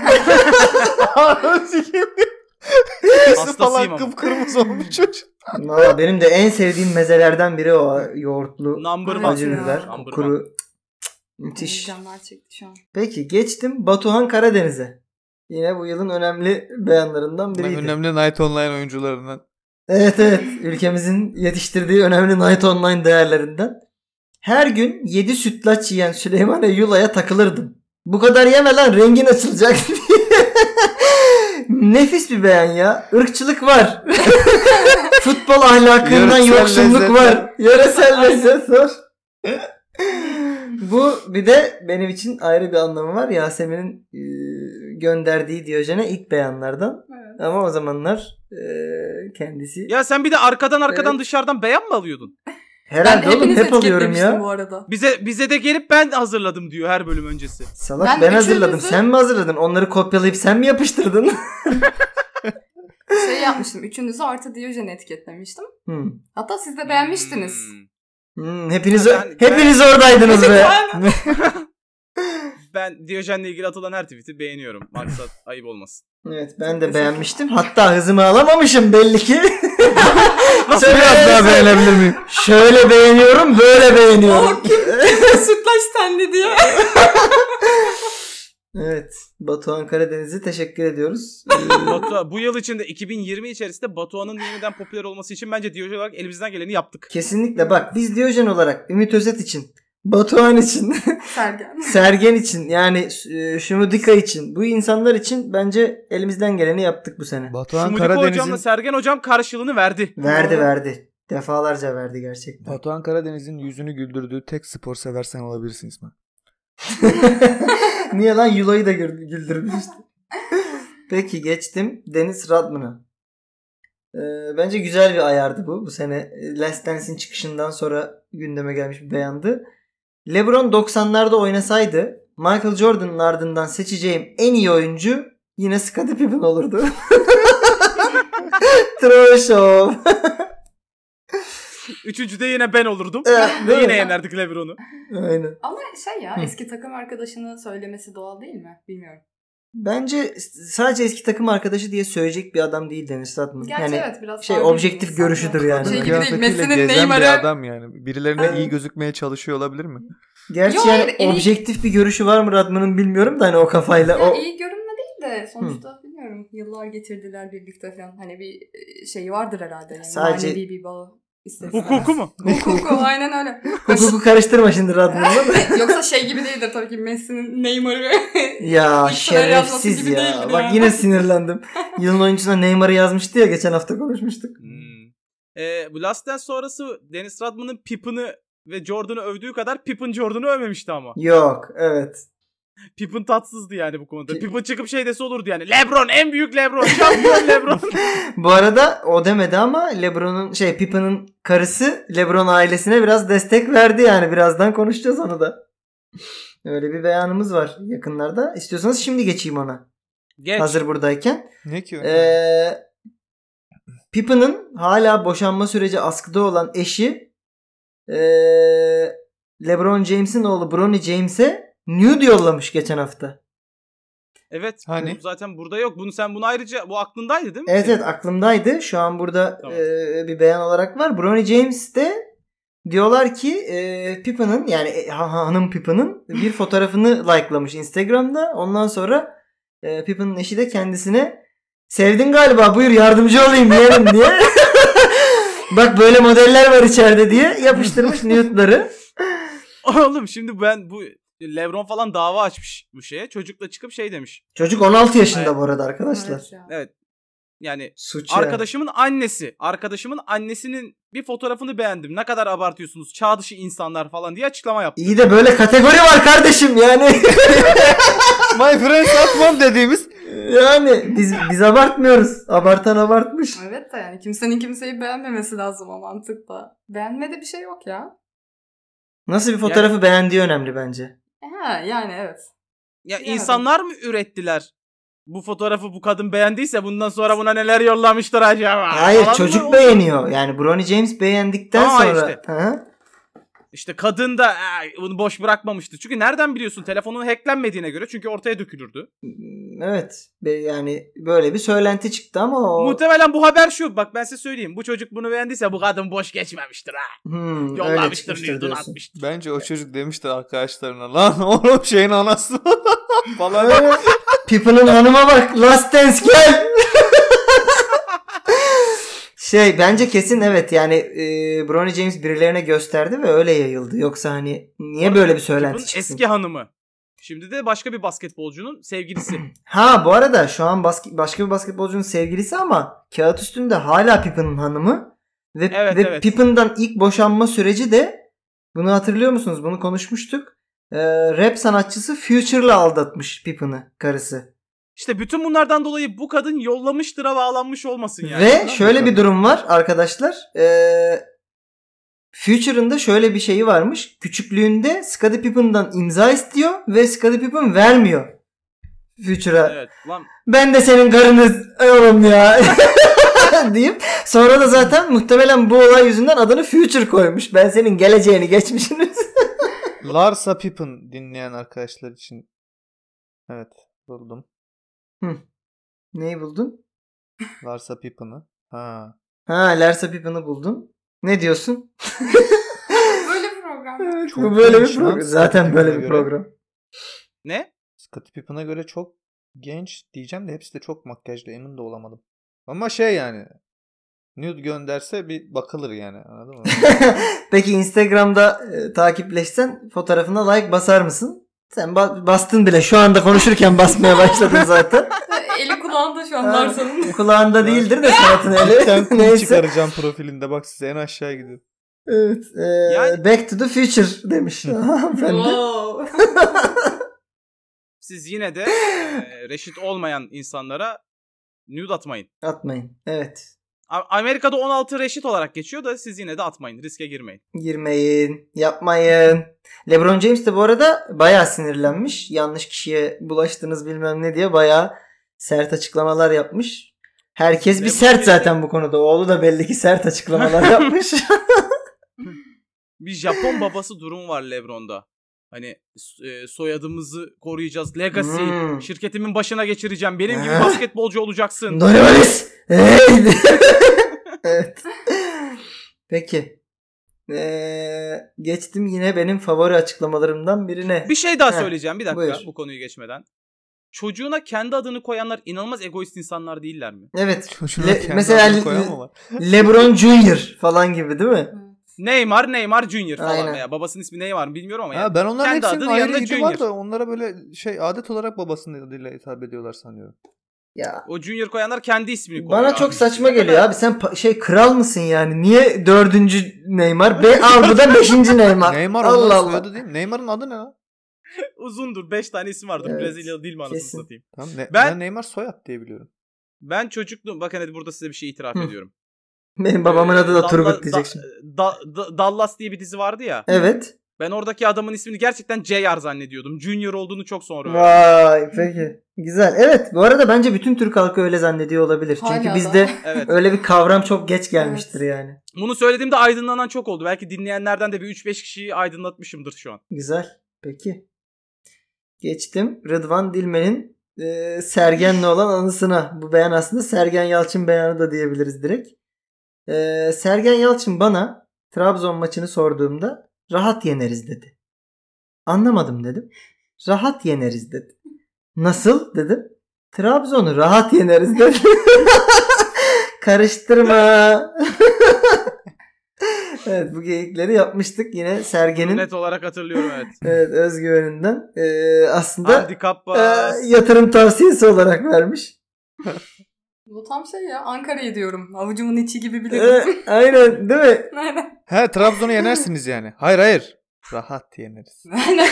B: Anasını gibi. Sesi
A: Hastasıyım
B: falan
A: ama.
B: kıpkırmızı olmuş çocuk.
C: Valla benim de en sevdiğim mezelerden biri o yoğurtlu
A: Number
D: Aynen.
A: one.
C: acı biber,
A: Number
C: kuru.
A: one.
C: Müthiş.
D: Canlar çekti şu an.
C: Peki geçtim Batuhan Karadeniz'e. Yine bu yılın önemli beyanlarından biriydi.
B: Önemli Night Online oyuncularından.
C: Evet evet. Ülkemizin yetiştirdiği önemli Night Online değerlerinden. Her gün yedi sütlaç yiyen Süleyman Yula'ya takılırdım. Bu kadar yeme lan rengin açılacak diye. Nefis bir beyan ya. Irkçılık var. Futbol ahlakından
B: Yöresel
C: yoksunluk
B: lezzetler.
C: var. Yöresel lezzet var. Bu bir de benim için ayrı bir anlamı var. Yasemin'in e, gönderdiği Diyojen'e ilk beyanlardan.
D: Evet.
C: Ama o zamanlar e, kendisi
A: Ya sen bir de arkadan arkadan
C: Evet.
A: dışarıdan beyan mı alıyordun?
C: herhalde oğlum
D: hepiniz
C: hep alıyorum
D: etiketlemiştim
C: ya.
D: bu arada.
A: Bize bize de gelip ben hazırladım diyor her bölüm öncesi.
C: Salak
D: Ben
C: ben, hazırladım.
D: üçünüzü-
C: Sen mi hazırladın? Onları kopyalayıp sen mi yapıştırdın?
D: Şey yapmıştım. Üçünüzü artı Diyojen etiketlemiştim.
C: hmm.
D: Hatta siz de beğenmiştiniz.
A: Hmm.
C: Hmm, hepiniz
A: Ben-
C: hepiniz oradaydınız be.
D: Aynen.
A: Ben Diyojen'le ilgili atılan her tweet'i beğeniyorum. Maksat ayıp olmasın.
C: Evet ben de beğenmiştim. Hatta hızımı alamamışım belli ki.
B: Nasıl
C: Şöyle-
B: biraz daha beğenebilir miyim?
C: Şöyle beğeniyorum, böyle beğeniyorum.
D: Sütlaç stendi diye.
C: Evet. Batuhan Karadeniz'i teşekkür ediyoruz.
A: Batu, bu yıl içinde iki bin yirmi içerisinde Batuhan'ın yeniden popüler olması için bence Diyojen olarak elimizden geleni yaptık.
C: Kesinlikle bak biz Diyojen olarak Ümit Özet için, Batuhan için,
D: Sergen.
C: Sergen için yani e, Şumudika için bu insanlar için bence elimizden geleni yaptık bu sene.
B: Batuhan
A: Şumudika hocamla
B: Karadeniz'in
A: Sergen hocam karşılığını verdi.
C: Verdi
D: Doğru.
C: verdi. Defalarca verdi gerçekten.
B: Batuhan Karadeniz'in yüzünü güldürdüğü tek spor sever sen olabilirsin İsmail.
C: Niye lan Yulo'yu da gür- güldürmüş işte. Peki geçtim Deniz Radman'a. Ee, bence güzel bir ayardı bu. Bu sene Last Dance'in çıkışından sonra gündeme gelmiş bir beyandı. LeBron doksanlarda oynasaydı Michael Jordan'ın ardından seçeceğim en iyi oyuncu yine Scottie Pippen olurdu. True show.
A: Üçüncüde yine ben olurdum.
C: Evet,
A: Ve yine
C: evet.
A: yenerdik LeBron'u.
C: Aynen.
D: Ama şey ya
C: Hı.
D: eski takım arkadaşını söylemesi doğal değil mi? Bilmiyorum.
C: Bence sadece eski takım arkadaşı diye söyleyecek bir adam değil Deniz Radman.
D: Gerçi
C: Yani
D: evet biraz
C: şey,
D: farklı bir
C: objektif
D: insan.
C: görüşüdür yani.
D: Şey
B: Kadın
D: gibi değil,
B: kıyafetiyle
D: Messi'nin
B: gezen bir
D: Neymar'ı-
B: adam yani. Birilerine
C: Evet.
B: iyi gözükmeye çalışıyor olabilir mi?
C: Gerçi
D: Yo,
C: yani
D: hayır, iyi-
C: objektif bir görüşü var mı Radman'ın bilmiyorum da hani o kafayla.
D: Ya
C: o
D: iyi görünme değil de sonuçta bilmiyorum yıllar getirdiler birlikte falan. Hani bir e, şeyi vardır herhalde yani.
C: Sadece-
D: Manevi bir bağı istedim.
A: Hukuku mu?
D: Hukuku aynen öyle.
C: hukuku karıştırma şimdi Radman'la da.
D: Yoksa şey gibi değildir tabii ki Messi'nin Neymar'ı.
C: Ya
D: İlk sıra yazması
C: şerefsiz
D: gibi
C: ya.
D: değildir
C: Bak
D: yani.
C: yine sinirlendim. Yılın oyuncusuna Neymar'ı yazmıştı ya geçen hafta konuşmuştuk.
A: Hmm. Ee, bu Last Dance sonrası Dennis Rodman'ın Pippen'ı ve Jordan'ı övdüğü kadar Pippen Jordan'ı övmemişti ama.
C: Yok evet.
A: Pippen tatsızdı yani bu konuda.
C: Pi-
A: Pippen çıkıp şey dese olurdu yani. LeBron en büyük LeBron. Şampiyon LeBron.
C: Bu arada o demedi ama LeBron'un şey Pippen'ın karısı LeBron ailesine biraz destek verdi yani. Birazdan konuşacağız onu da. Öyle bir beyanımız var yakınlarda. İstiyorsanız şimdi geçeyim ona.
A: Geç.
C: Hazır buradayken.
B: Ne ki?
C: Ee, Pippen'ın hala boşanma süreci askıda olan eşi ee, LeBron James'in oğlu Bronny James'e nude yollamış geçen hafta.
A: Evet.
B: Hani?
A: Bu zaten burada yok. Bunu sen bunu ayrıca bu aklındaydı değil mi?
C: Evet evet aklımdaydı. Şu an burada
A: Tamam.
C: ee, bir beyan olarak var. Bronny James de diyorlar ki ee, Pippen'ın yani e, ha- hanım Pippen'ın bir fotoğrafını likelamış Instagram'da. Ondan sonra ee, Pippen'ın eşi de kendisine sevdin galiba buyur yardımcı olayım yeğenim diye. Bak böyle modeller var içeride diye yapıştırmış nude'ları.
A: Oğlum şimdi ben bu LeBron falan dava açmış bu şeye. Çocukla çıkıp şey demiş.
C: Çocuk on altı yaşında
A: Evet.
C: bu arada arkadaşlar.
D: Evet ya.
A: Evet. Yani
C: Suç yani.
A: arkadaşımın annesi. Arkadaşımın annesinin bir fotoğrafını beğendim. Ne kadar abartıyorsunuz. Çağ dışı insanlar falan diye açıklama yaptı.
C: İyi de böyle kategori var kardeşim yani.
B: My friend atmam dediğimiz.
C: Yani biz biz abartmıyoruz. Abartan abartmış.
D: Evet de yani kimsenin kimseyi beğenmemesi lazım o mantıkla. Beğenmede bir şey yok ya.
C: Nasıl bir fotoğrafı beğendiği önemli bence.
D: Ha yani evet.
A: Ya
D: Bilemedim.
A: insanlar mı ürettiler? Bu fotoğrafı bu kadın beğendiyse bundan sonra buna neler yollamıştır acaba?
C: Hayır
A: Falan mı
C: çocuk
A: oldu?
C: beğeniyor. Yani Bronny James beğendikten
A: Tamam,
C: sonra.
A: işte.
C: Hı?
A: İşte kadın da "Aa, bunu boş bırakmamıştı. Çünkü nereden biliyorsun telefonun hacklenmediğine göre? Çünkü ortaya dökülürdü.
C: Evet. Be- Yani böyle bir söylenti çıktı ama o.
A: Muhtemelen bu haber şu. Bak ben size söyleyeyim. Bu çocuk bunu beğendiyse bu kadın boş geçmemiştir ha.
C: Hmm, öyle
A: Yollamıştır,
C: çıkmıştır
A: nude'unu
C: diyorsun.
A: atmıştır.
B: Bence o çocuk demişti arkadaşlarına lan oğlum şeyin anası falan.
C: Ee, Pippen'ın hanıma bak. Last Dance gel. Şey bence kesin evet yani e, Bronny James birilerine gösterdi ve öyle yayıldı. Yoksa hani niye böyle bir söylenti
A: Bunun
C: çıksın?
A: eski hanımı. Şimdi de başka bir basketbolcunun sevgilisi.
C: Ha bu arada şu an bask- başka bir basketbolcunun sevgilisi ama kağıt üstünde hala Pippen'ın hanımı ve,
A: Evet,
C: ve
A: evet.
C: Pippen'dan ilk boşanma süreci de bunu hatırlıyor musunuz? Bunu konuşmuştuk. Ee, rap sanatçısı Future'la aldatmış Pippen'ı karısı.
A: İşte bütün bunlardan dolayı bu kadın yollamıştıra bağlanmış olmasın yani.
C: ve
A: Anladın mı?
C: şöyle bir durum var arkadaşlar. Ee, Future'ın da şöyle bir şeyi varmış. Küçüklüğünde Scottie Pippen'dan imza istiyor ve Scottie Pippen vermiyor Future'a.
A: Evet lan
C: Ben de senin karınız oğlum ya deyip sonra da zaten muhtemelen bu olay yüzünden adını Future koymuş. Ben senin geleceğini geçmişini.
B: Larsa Pippen dinleyen arkadaşlar için Evet buldum.
C: Hı. Neyi buldun?
B: Larsa Pippen'ı. Ha.
C: Ha, Larsa Pippen'ı buldun. Ne diyorsun?
D: Böyle bir program.
C: Evet,
B: Çok
C: bu böyle bir
B: genç lan,
C: program. Zaten
B: Scottie
C: böyle bir
B: Pippen'a göre.
C: program.
A: Ne?
B: Scottie Pippen'a göre çok genç diyeceğim de hepsi de çok makyajlı, emin de olamadım. Ama şey yani nude gönderse bir bakılır yani, anladın mı?
C: Peki Instagram'da e, takipleşsen fotoğrafına like basar mısın? Sen ba- bastın bile. Şu anda konuşurken basmaya başladın zaten.
D: Eli kulağında şu an
C: Ha,
D: Larsa'nın.
C: Kulağında değildir de Sanat'ın
B: Bir tane
C: eli.
B: kutu
C: Neyse.
B: çıkaracağım profilinde, bak size en aşağı gidiyor.
C: Evet. e,
A: Yani-
C: Back to the Future demiş hanımefendi.
D: Wow.
A: Siz yine de e, reşit olmayan insanlara nude atmayın.
C: Atmayın. Evet.
A: A- Amerika'da on altı reşit olarak geçiyor da siz yine de atmayın. Riske girmeyin.
C: Girmeyin. Yapmayın. LeBron James de bu arada bayağı sinirlenmiş. Yanlış kişiye bulaştınız bilmem ne diye bayağı sert açıklamalar yapmış. Herkes bir
A: LeBron
C: sert
A: James'e-
C: zaten bu konuda. Oğlu da belli ki sert açıklamalar yapmış.
A: Bir Japon babası durum var LeBron'da. Hani e, soyadımızı koruyacağız. Legacy.
C: Hmm.
A: Şirketimin başına geçireceğim. Benim gibi
C: Ha.
A: basketbolcu olacaksın.
C: Donovalis. Hey. Evet. Peki. Ee, geçtim yine benim favori açıklamalarımdan birine.
A: Bir şey daha
C: Heh,
A: söyleyeceğim. Bir dakika
C: buyur.
A: bu konuyu geçmeden. Çocuğuna kendi adını koyanlar inanılmaz egoist insanlar değiller mi?
C: Evet.
B: Şuna
C: Le-
B: kendi
C: mesela
B: adını
C: Le-
B: koyan mı var?
C: LeBron Junior falan gibi değil mi?
A: Neymar, Neymar Junior falan
C: Aynen.
A: veya babasının ismi Neymar mı bilmiyorum ama
B: Ha,
A: yani.
B: ben onların
A: Kendi
B: hepsinin
A: adının
B: ayrı
A: yanında
B: idi
A: Junior.
B: var da onlara böyle şey adet olarak babasının adıyla hitap ediyorlar sanıyorum.
C: Ya
A: O Junior koyanlar kendi ismini koyuyor.
C: bana
A: abi.
C: çok saçma geliyor abi. Sen pa- şey kral mısın yani? Niye dördüncü Neymar? Be al bu da beşinci Neymar.
B: Neymar
C: Allah
B: onların
C: Allah.
B: soyadı değil mi? Neymar'ın adı ne lan?
A: Uzundur. Beş tane isim vardır.
C: Evet,
A: Brezilyalı değil mi anasını
C: kesin.
A: satayım.
B: Tamam, ne-
A: Ben-
B: ben Neymar soyad diye biliyorum.
A: Ben çocukluğum. Bakın hadi burada size bir şey itiraf
C: Hı.
A: ediyorum.
C: Benim babamın adı da
A: Dalla-
C: Turgut diyecek
A: Da-
C: şimdi.
A: Da- Da- Dallas diye bir dizi vardı ya.
C: Evet.
A: Ben oradaki adamın ismini gerçekten J R zannediyordum. Junior olduğunu çok sonra öğrendim.
C: Vay peki. Güzel. Evet bu arada bence bütün Türk halkı öyle zannediyor olabilir.
D: Hala
C: Çünkü
D: da.
C: bizde
A: Evet.
C: öyle bir kavram çok geç gelmiştir yani.
A: Bunu söylediğimde aydınlanan çok oldu. Belki dinleyenlerden de bir üç beş kişiyi aydınlatmışımdır şu an.
C: Güzel. Peki. Geçtim. Rıdvan Dilmen'in e, Sergen'le olan anısına. Bu beyan aslında Sergen Yalçın beyanı da diyebiliriz direkt. E, Sergen Yalçın bana Trabzon maçını sorduğumda rahat yeneriz dedi. Anlamadım dedim. Rahat yeneriz dedi. Nasıl dedim. Trabzon'u rahat yeneriz dedi. Karıştırma. Evet bu geyikleri yapmıştık yine Sergen'in
A: Net olarak hatırlıyorum evet.
C: evet, özgüveninden. Ee, aslında
A: Handikap
C: e,
A: bas.
C: yatırım tavsiyesi olarak vermiş.
D: Bu tam şey ya, Ankara'yı diyorum. Avucumun içi gibi
C: Ee,
D: bilirim.
C: aynen değil mi?
D: Aynen.
B: He, Trabzon'u yenersiniz yani. Hayır hayır. Rahat yeneriz.
D: Aynen.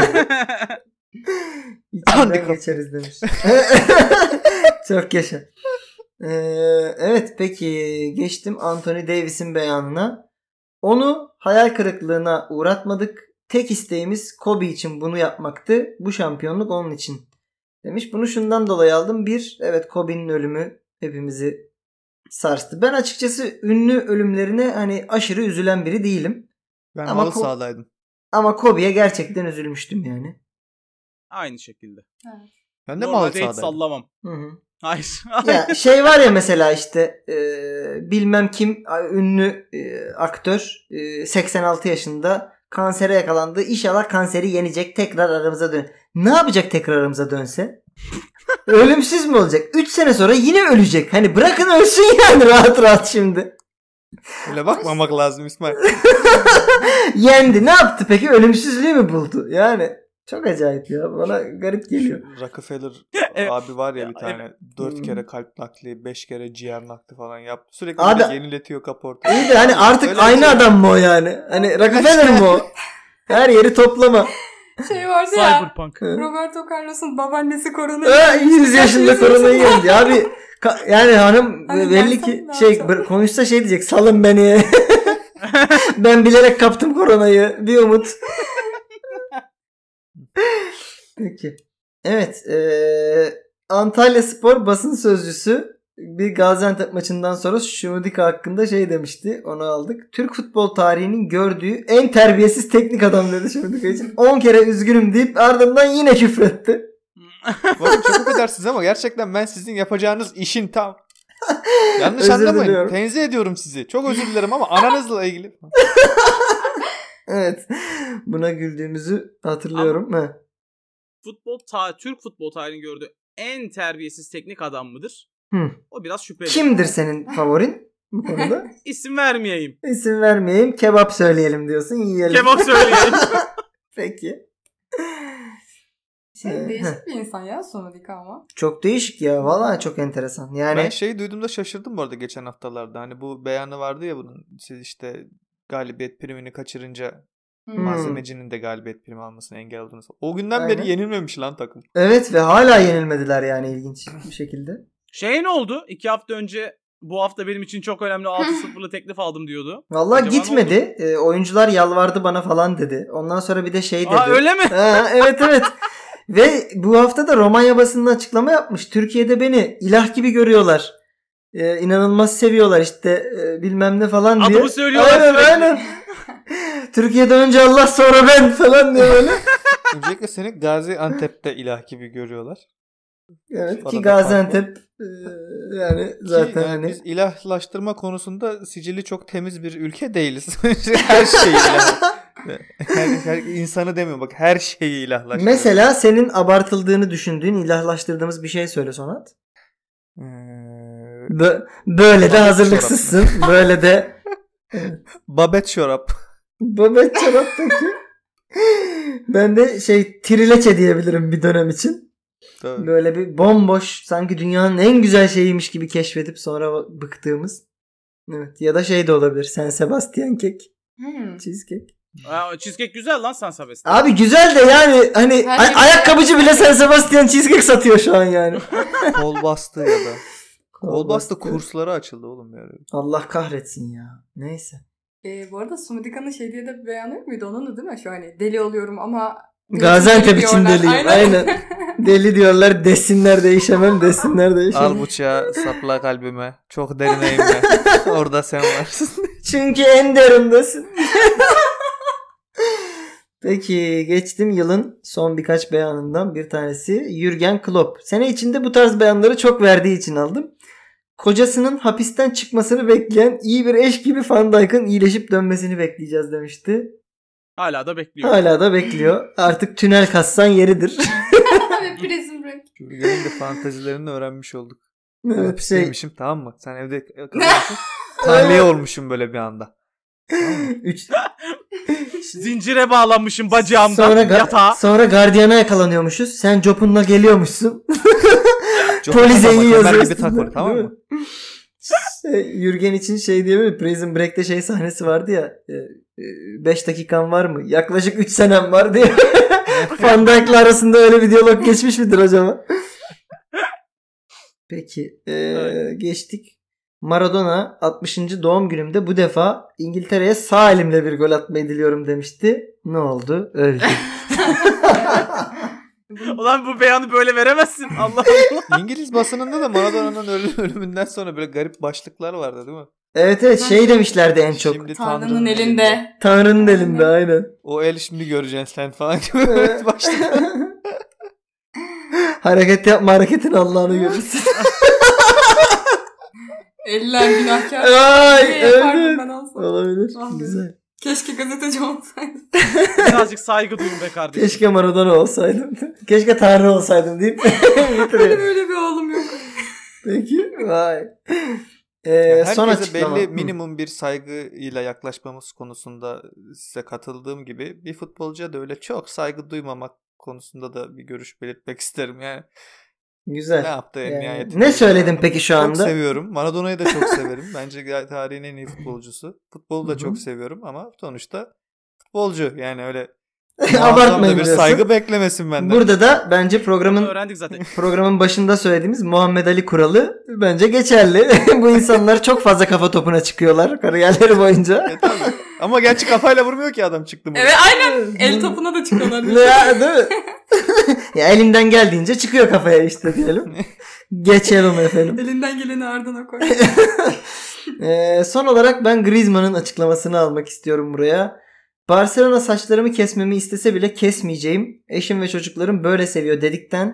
C: İçinden
B: Handikap.
C: geçeriz demiş. Çok yaşa. Ee, evet peki geçtim Anthony Davis'in beyanına. Onu hayal kırıklığına uğratmadık. Tek isteğimiz Kobe için bunu yapmaktı. Bu şampiyonluk onun için demiş. Bunu şundan dolayı aldım. Bir, evet Kobe'nin ölümü hepimizi sarstı. Ben açıkçası ünlü ölümlerine hani aşırı üzülen biri değilim.
B: Ben
C: Ama
B: halı
C: ko-
B: sahadaydım.
C: Ama Kobe'ye gerçekten üzülmüştüm yani.
A: Aynı şekilde.
B: Ben de mi halı
A: Normalde hiç
B: sahadaydım?
A: sallamam.
C: Hı hı.
A: Hayır.
C: Ya şey var ya mesela işte e, bilmem kim ünlü e, aktör e, seksen altı yaşında kansere yakalandı. İnşallah kanseri yenecek, tekrar aramıza dön. Ne yapacak tekrar aramıza dönse? Ölümsüz mü olacak? üç sene sonra yine ölecek. Hani bırakın ölsün yani rahat rahat şimdi.
B: Öyle bakmamak lazım İsmail.
C: Yendi. Ne yaptı peki? Ölümsüzlüğü mü buldu? Yani çok acayip ya. Bana garip geliyor.
B: Rockefeller
A: Evet.
B: abi var ya bir
A: Ya,
B: tane. Dört
C: Hmm.
B: kere kalp nakli, beş kere ciğer nakli falan yaptı. Sürekli
C: Abi-
B: bir de yeniletiyor kaporta.
C: İyi de hani artık
B: Öyle
C: aynı
B: şey.
C: adam mı o yani? Hani Rockefeller mi o? Her yeri toplama.
D: Şey vardı ya.
A: Cyberpunk.
D: Roberto Carlos'un babaannesi korona.
C: Ee, yüz yaşında
D: yüz
C: koronayı
D: yaşında.
C: yendi. Abi ka- yani hanım
D: Hani
C: belli
D: ben
C: ki
D: sana
C: şey
D: ne yapacağım?
C: bır- konuşsa şey diyecek. Salın beni. Ben bilerek kaptım koronayı. Bir umut. Peki. Evet. Ee, Antalya Spor basın sözcüsü bir Gaziantep maçından sonra Şumudika hakkında şey demişti. Onu aldık. Türk futbol tarihinin gördüğü en terbiyesiz teknik adam dedi Şumudika için. on kere üzgünüm deyip ardından yine küfretti.
B: Bakın çok affedersiniz ama gerçekten ben sizin yapacağınız işin tam. Yanlış
C: Özür
B: anlamayın.
C: diliyorum.
B: Tenzih ediyorum sizi. Çok özür dilerim ama ananızla ilgili.
C: Evet. Buna güldüğümüzü hatırlıyorum. He.
A: Futbol ta Türk futbol tarihinin gördüğü en terbiyesiz teknik adam mıdır?
C: Hı.
A: O biraz şüpheli.
C: Kimdir senin favorin bu konuda?
A: İsim vermeyeyim.
C: İsim vermeyeyim. Kebap söyleyelim diyorsun. Yiyelim.
A: Kebap söyleyeyim.
C: Peki.
D: Şey
C: Ee,
D: değişik bir insan ya Sonodika ama.
C: Çok değişik ya. Vallahi çok enteresan. Yani
B: Ben şeyi duyduğumda şaşırdım bu arada geçen haftalarda. Hani bu beyanı vardı ya bunun. Siz işte galibiyet primini kaçırınca
D: Hmm.
B: malzemecinin de galibiyet primi almasına engel oldunuz. O günden
C: Aynen.
B: beri yenilmemiş lan takım.
C: evet ve hala yenilmediler yani ilginç bir şekilde.
A: Şey ne oldu? İki hafta önce bu hafta benim için çok önemli altı sıfırlı teklif aldım diyordu.
C: Vallahi
A: Acaba ne
C: gitmedi. E, oyuncular yalvardı bana falan dedi. Ondan sonra bir de şey dedi.
A: Aa öyle mi?
C: Ha, evet evet. Ve bu hafta da Romanya basınında açıklama yapmış. Türkiye'de beni ilah gibi görüyorlar. Ee, inanılmaz seviyorlar işte e, bilmem ne falan diye.
A: Adımı söylüyorlar
C: Aynen
A: sürekli.
C: aynen. Türkiye'de önce Allah sonra ben falan diye böyle.
B: Öncelikle seni Gaziantep'te ilah gibi görüyorlar.
C: Evet ki
B: Arada
C: Gaziantep e, yani
B: Ki
C: zaten
B: yani
C: hani
B: biz ilahlaştırma konusunda sicili çok temiz bir ülke değiliz. Her şeyi ilah. Her, her insanı demiyorum bak her şeyi ilahlaştırıyor.
C: mesela senin abartıldığını düşündüğün ilahlaştırdığımız bir şey söyle Sonat.
B: Ee,
C: Bö- böyle de
B: Babet
C: hazırlıksızsın. Böyle de
B: babet çorap.
C: Babet çorap peki. Ben de şey trileçe diyebilirim bir dönem için.
B: Tabii.
C: Böyle bir bomboş sanki dünyanın en güzel şeyiymiş gibi keşfedip sonra bıktığımız. Evet ya da şey de olabilir. San Sebastian kek.
D: Hmm.
C: Cheesecake.
A: Aa, cheesecake güzel lan San Sebastian.
C: Abi güzel de yani hani
D: Her
C: ay-
D: şey-
C: ayakkabıcı bile San Sebastian cheesecake satıyor şu an yani.
B: Kol bastı ya da. Kol bastı
C: bastı.
B: kursları açıldı oğlum yani.
C: Allah kahretsin ya. Neyse.
D: Ee, bu arada Sonodika'nın şey diye de bir beyanı yok muydu? Onun da değil mi? Şu hani deli oluyorum ama
C: Gaziantep için
D: diyorlar.
C: deliyim. Aynen. Deli diyorlar desinler değişemem desinler değişemem.
B: Al bıçağı sapla kalbime. Çok derine inme. Orada sen varsın.
C: Çünkü en derindesin. Peki geçtim yılın son birkaç beyanından bir tanesi Jürgen Klopp. Sene içinde bu tarz beyanları çok verdiği için aldım. Kocasının hapisten çıkmasını bekleyen iyi bir eş gibi Van Dijk'ın iyileşip dönmesini bekleyeceğiz demişti.
A: Hala da bekliyor.
C: Hala da bekliyor. Artık tünel kazsan yeridir.
D: Ve Prison Break.
B: Jürgen'in de fantazilerini öğrenmiş olduk.
C: Evet şey.
B: Hapisteymişim tamam mı? Sen evde kalıyorsun. Tahliye olmuşum böyle bir anda. Tamam mı?
C: Üç...
A: Zincire bağlanmışım bacağımdan
C: Sonra, ga-
A: yatağa.
C: sonra gardiyana yakalanıyormuşuz. Sen Jopun'la geliyormuşsun.
B: Çok
C: Polizeyi
B: kemer
C: yazıyor
B: gibi tak onu, tamam
C: değil
B: mı?
C: Şey, Jürgen için şey diye mi? Prison Break'te şey sahnesi vardı ya. beş dakikan var mı? Yaklaşık üç senem var diye. Van Dijk'la arasında öyle bir diyalog geçmiş midir acaba? Peki. E,
A: Evet.
C: Geçtik. Maradona altmışıncı doğum günümde bu defa İngiltere'ye sağ elimle bir gol atmayı diliyorum demişti. Ne oldu? Öldü.
A: Ulan bu beyanı böyle veremezsin. Allah Allah.
B: İngiliz basınında da Maradona'nın ölü- ölümünden sonra böyle garip başlıklar vardı değil mi?
C: Evet evet şey demişlerdi en çok.
B: Şimdi
D: Tanrı'nın elinde.
C: Tanrı'nın elinde aynen.
B: O el şimdi göreceksin sen falan gibi böyle başlıklar.
C: Hareket yapma hareketin Allah'ını görürsün.
D: Eller günahkar.
C: Ay
D: Ne yapardım
C: evet.
D: ben olsam?
C: Olabilir.
D: Vallahi.
C: Güzel.
D: Keşke gazeteci olsaydım.
A: Birazcık saygı duyun be kardeşim.
C: Keşke Maradona olsaydım. Keşke Tanrı olsaydım deyip
D: Benim
C: bitiriyor.
D: öyle bir oğlum yok.
C: Peki. Vay. Ee,
B: Yani
C: son
B: herkese
C: açıklama.
B: belli
C: Hı.
B: minimum bir saygıyla yaklaşmamız konusunda size katıldığım gibi bir futbolcuya da öyle çok saygı duymamak konusunda da bir görüş belirtmek isterim. Yani
C: Güzel.
B: ne yaptı en
C: Yani
B: nihayetinde?
C: ne söyledin peki şu
B: Çok
C: anda?
B: seviyorum. Maradona'yı da çok severim. Bence tarihin en iyi futbolcusu. Futbolu
C: Hı
B: da
C: hı.
B: çok seviyorum ama sonuçta futbolcu. Yani öyle
C: Abartmayın
B: muazzam da bir
C: diyorsun.
B: saygı beklemesin benden.
C: Burada da bence
A: Bunu
C: programın
A: öğrendik zaten.
C: programın başında söylediğimiz Muhammed Ali kuralı bence geçerli. Bu insanlar çok fazla kafa topuna çıkıyorlar kariyerleri boyunca.
B: E, tabii. Ama gerçi kafayla vurmuyor ki adam çıktı mı?
D: Evet aynen. El topuna da çıkıyorlar.
C: Ya, değil mi? Ya elimden geldiğince çıkıyor kafaya işte diyelim. Geçelim efendim.
D: Elinden geleni ardına koy.
C: Ee, son olarak ben Griezmann'ın açıklamasını almak istiyorum buraya. Barcelona saçlarımı kesmemi istese bile kesmeyeceğim. Eşim ve çocuklarım böyle seviyor dedikten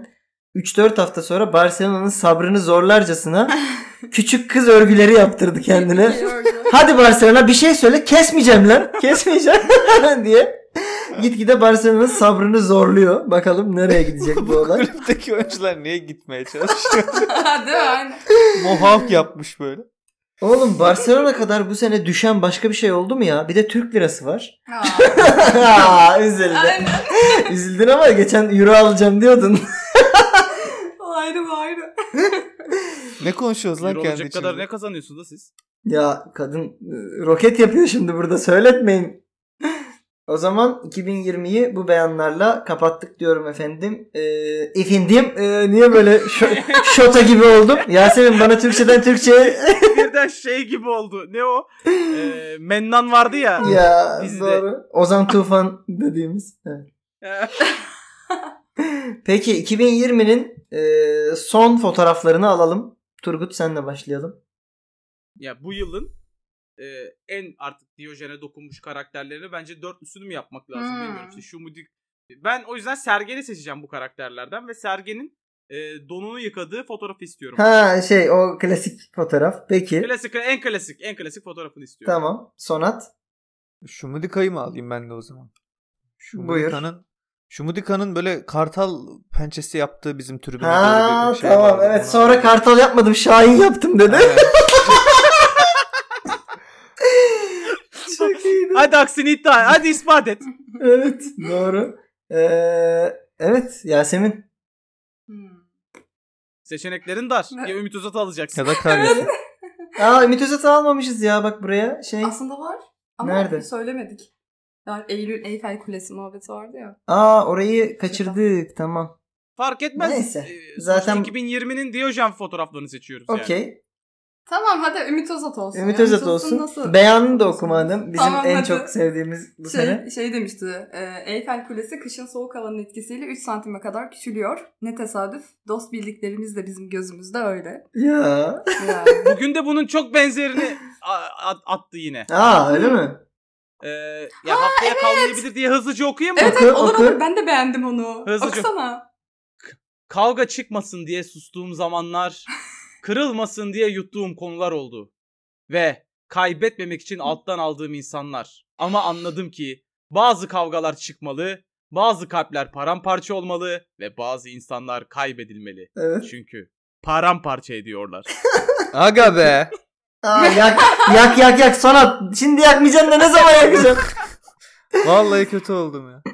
C: üç dört hafta sonra Barcelona'nın sabrını zorlarcasına küçük kız örgüleri yaptırdı kendine. Hadi Barcelona bir şey söyle, kesmeyeceğim lan. Kesmeyeceğim diye. Gitgide Barcelona'nın sabrını zorluyor. Bakalım nereye gidecek bu olay.
B: Kulüpteki oyuncular niye gitmeye çalışıyor?
D: Değil mi? Aynen.
B: Mohawk yapmış böyle.
C: Oğlum Barcelona kadar bu sene düşen başka bir şey oldu mu ya? Bir de Türk lirası var.
D: Aa,
C: Aa, üzüldün.
D: aynen.
C: Üzüldün ama geçen euro alacağım diyordun.
D: O ayrı bu ayrı.
B: Ne konuşuyoruz lan
A: Euro
B: kendi
A: olacak kadar
B: içimizde?
A: ne kazanıyorsunuz da siz?
C: Ya kadın e, roket yapıyor şimdi burada, söyletmeyin. O zaman iki bin yirmiyi bu beyanlarla kapattık diyorum efendim. Ee, efendim e, niye böyle şo- şota gibi oldum? Yasemin bana Türkçeden Türkçe
A: Birden şey gibi oldu. Ne o? Ee, Mennan vardı ya.
C: ya
A: Bizde.
C: doğru. Ozan Tufan dediğimiz. Evet. Peki iki bin yirminin e, son fotoğraflarını alalım. Turgut senle başlayalım.
A: Ya bu yılın e, en artık Diyojen'e dokunmuş karakterlerini bence dörtlüsünü mü yapmak lazım
D: Hmm.
A: bilmiyorum. İşte Şumudik. Ben o yüzden Sergen'i seçeceğim bu karakterlerden ve Sergen'in e, donunu yıkadığı fotoğrafı istiyorum.
C: Ha şey o klasik fotoğraf. Peki.
A: Klasik, en klasik, en klasik fotoğrafını istiyorum.
C: Tamam. Sonat.
B: Şumudika'yı mı alayım ben de o zaman?
C: Buyur.
B: Şumudika'nın Şumudika'nın böyle kartal pençesi yaptığı bizim tribünde
C: Ha
B: böyle bir şey
C: tamam
B: vardı.
C: evet,
B: Ona-
C: sonra kartal yapmadım Şahin yaptım dedi.
B: Evet.
C: Çok iyiydi.
A: Hadi aksini iddia et. Hadi ispat et.
C: Evet doğru. Ee, evet Yasemin.
D: Hmm.
A: Seçeneklerin dar. Ya Ümit Özat'ı alacaksın.
B: Ya da Karyas'ı.
C: Aa Ümit Özat'ı almamışız ya bak buraya şey.
D: Aslında var. Ama
C: Nerede?
D: söylemedik. Yani Eylül Eyfel Kulesi muhabbeti vardı ya.
C: Aa orayı kaçırdık tamam.
A: Fark etmez.
C: Neyse.
A: Ee,
C: Zaten-
A: Zaten iki bin yirminin Diyojen fotoğraflarını seçiyoruz yani.
C: Okey.
D: Tamam hadi Ümit Özat olsun.
C: Ümit
D: Ya.
C: Özat
D: Özat'ın
C: olsun.
D: nasıl-
C: Beyanını da okumadım. Bizim
D: Tamam,
C: en
D: hadi.
C: çok sevdiğimiz bu sene.
D: Şey, şey demişti. E, Eyfel Kulesi kışın soğuk havanın etkisiyle üç santime kadar küçülüyor. Ne tesadüf. Dost bildiklerimiz de bizim gözümüzde öyle.
C: Ya.
D: Yani.
A: Bugün de bunun çok benzerini a- a- attı yine.
C: Aa öyle mi?
A: Ee, ya haftaya kalmayabilir diye hızlıca okuyayım mı?
D: Evet
C: Oku,
D: evet olur
C: oku.
D: olur. Ben de beğendim onu.
A: Hızlıca.
D: Okusana.
A: Kavga çıkmasın diye sustuğum zamanlar, kırılmasın diye yuttuğum konular oldu. Ve kaybetmemek için alttan aldığım insanlar. Ama anladım ki bazı kavgalar çıkmalı, bazı kalpler paramparça olmalı ve bazı insanlar kaybedilmeli.
C: Evet.
A: Çünkü paramparça ediyorlar.
B: Aga be.
C: Aa yak yak yak yak Sonat. Şimdi yakmayacaksın da ne zaman yakacaksın?
B: Vallahi kötü oldum ya.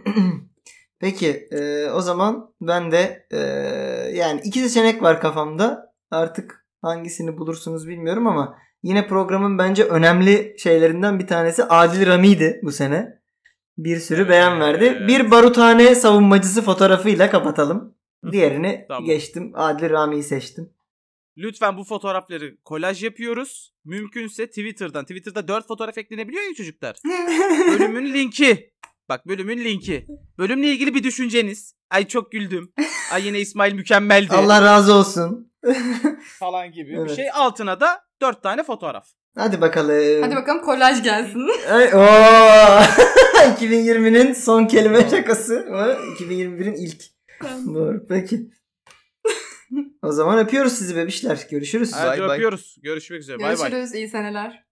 C: Peki e, o zaman ben de e, yani iki seçenek var kafamda. Artık hangisini bulursunuz bilmiyorum ama yine programın bence önemli şeylerinden bir tanesi Adil Rami'ydi bu sene. Bir sürü beyan verdi.
A: Evet.
C: Bir baruthane savunmacısı fotoğrafıyla kapatalım. Diğerini
A: Tamam.
C: geçtim. Adil Rami'yi seçtim.
A: Lütfen bu fotoğrafları kolaj yapıyoruz. Mümkünse Twitter'dan. Twitter'da dört fotoğraf eklenebiliyor ya çocuklar. Bölümün linki. Bak bölümün linki. Bölümle ilgili bir düşünceniz. Ay çok güldüm. Ay yine İsmail mükemmeldi.
C: Allah razı olsun.
A: Falan gibi bir
C: Evet.
A: şey. Altına da dört tane fotoğraf.
C: Hadi bakalım.
D: Hadi bakalım kolaj gelsin.
C: Ay, ooo. iki bin yirminin son kelime şakası. Ama iki bin yirmi birin ilk. Doğru peki. O zaman öpüyoruz sizi bebişler. Görüşürüz.
A: Hadi
B: Bay bay.
A: öpüyoruz. Görüşmek üzere. Bay bay.
D: Görüşürüz. İyi seneler.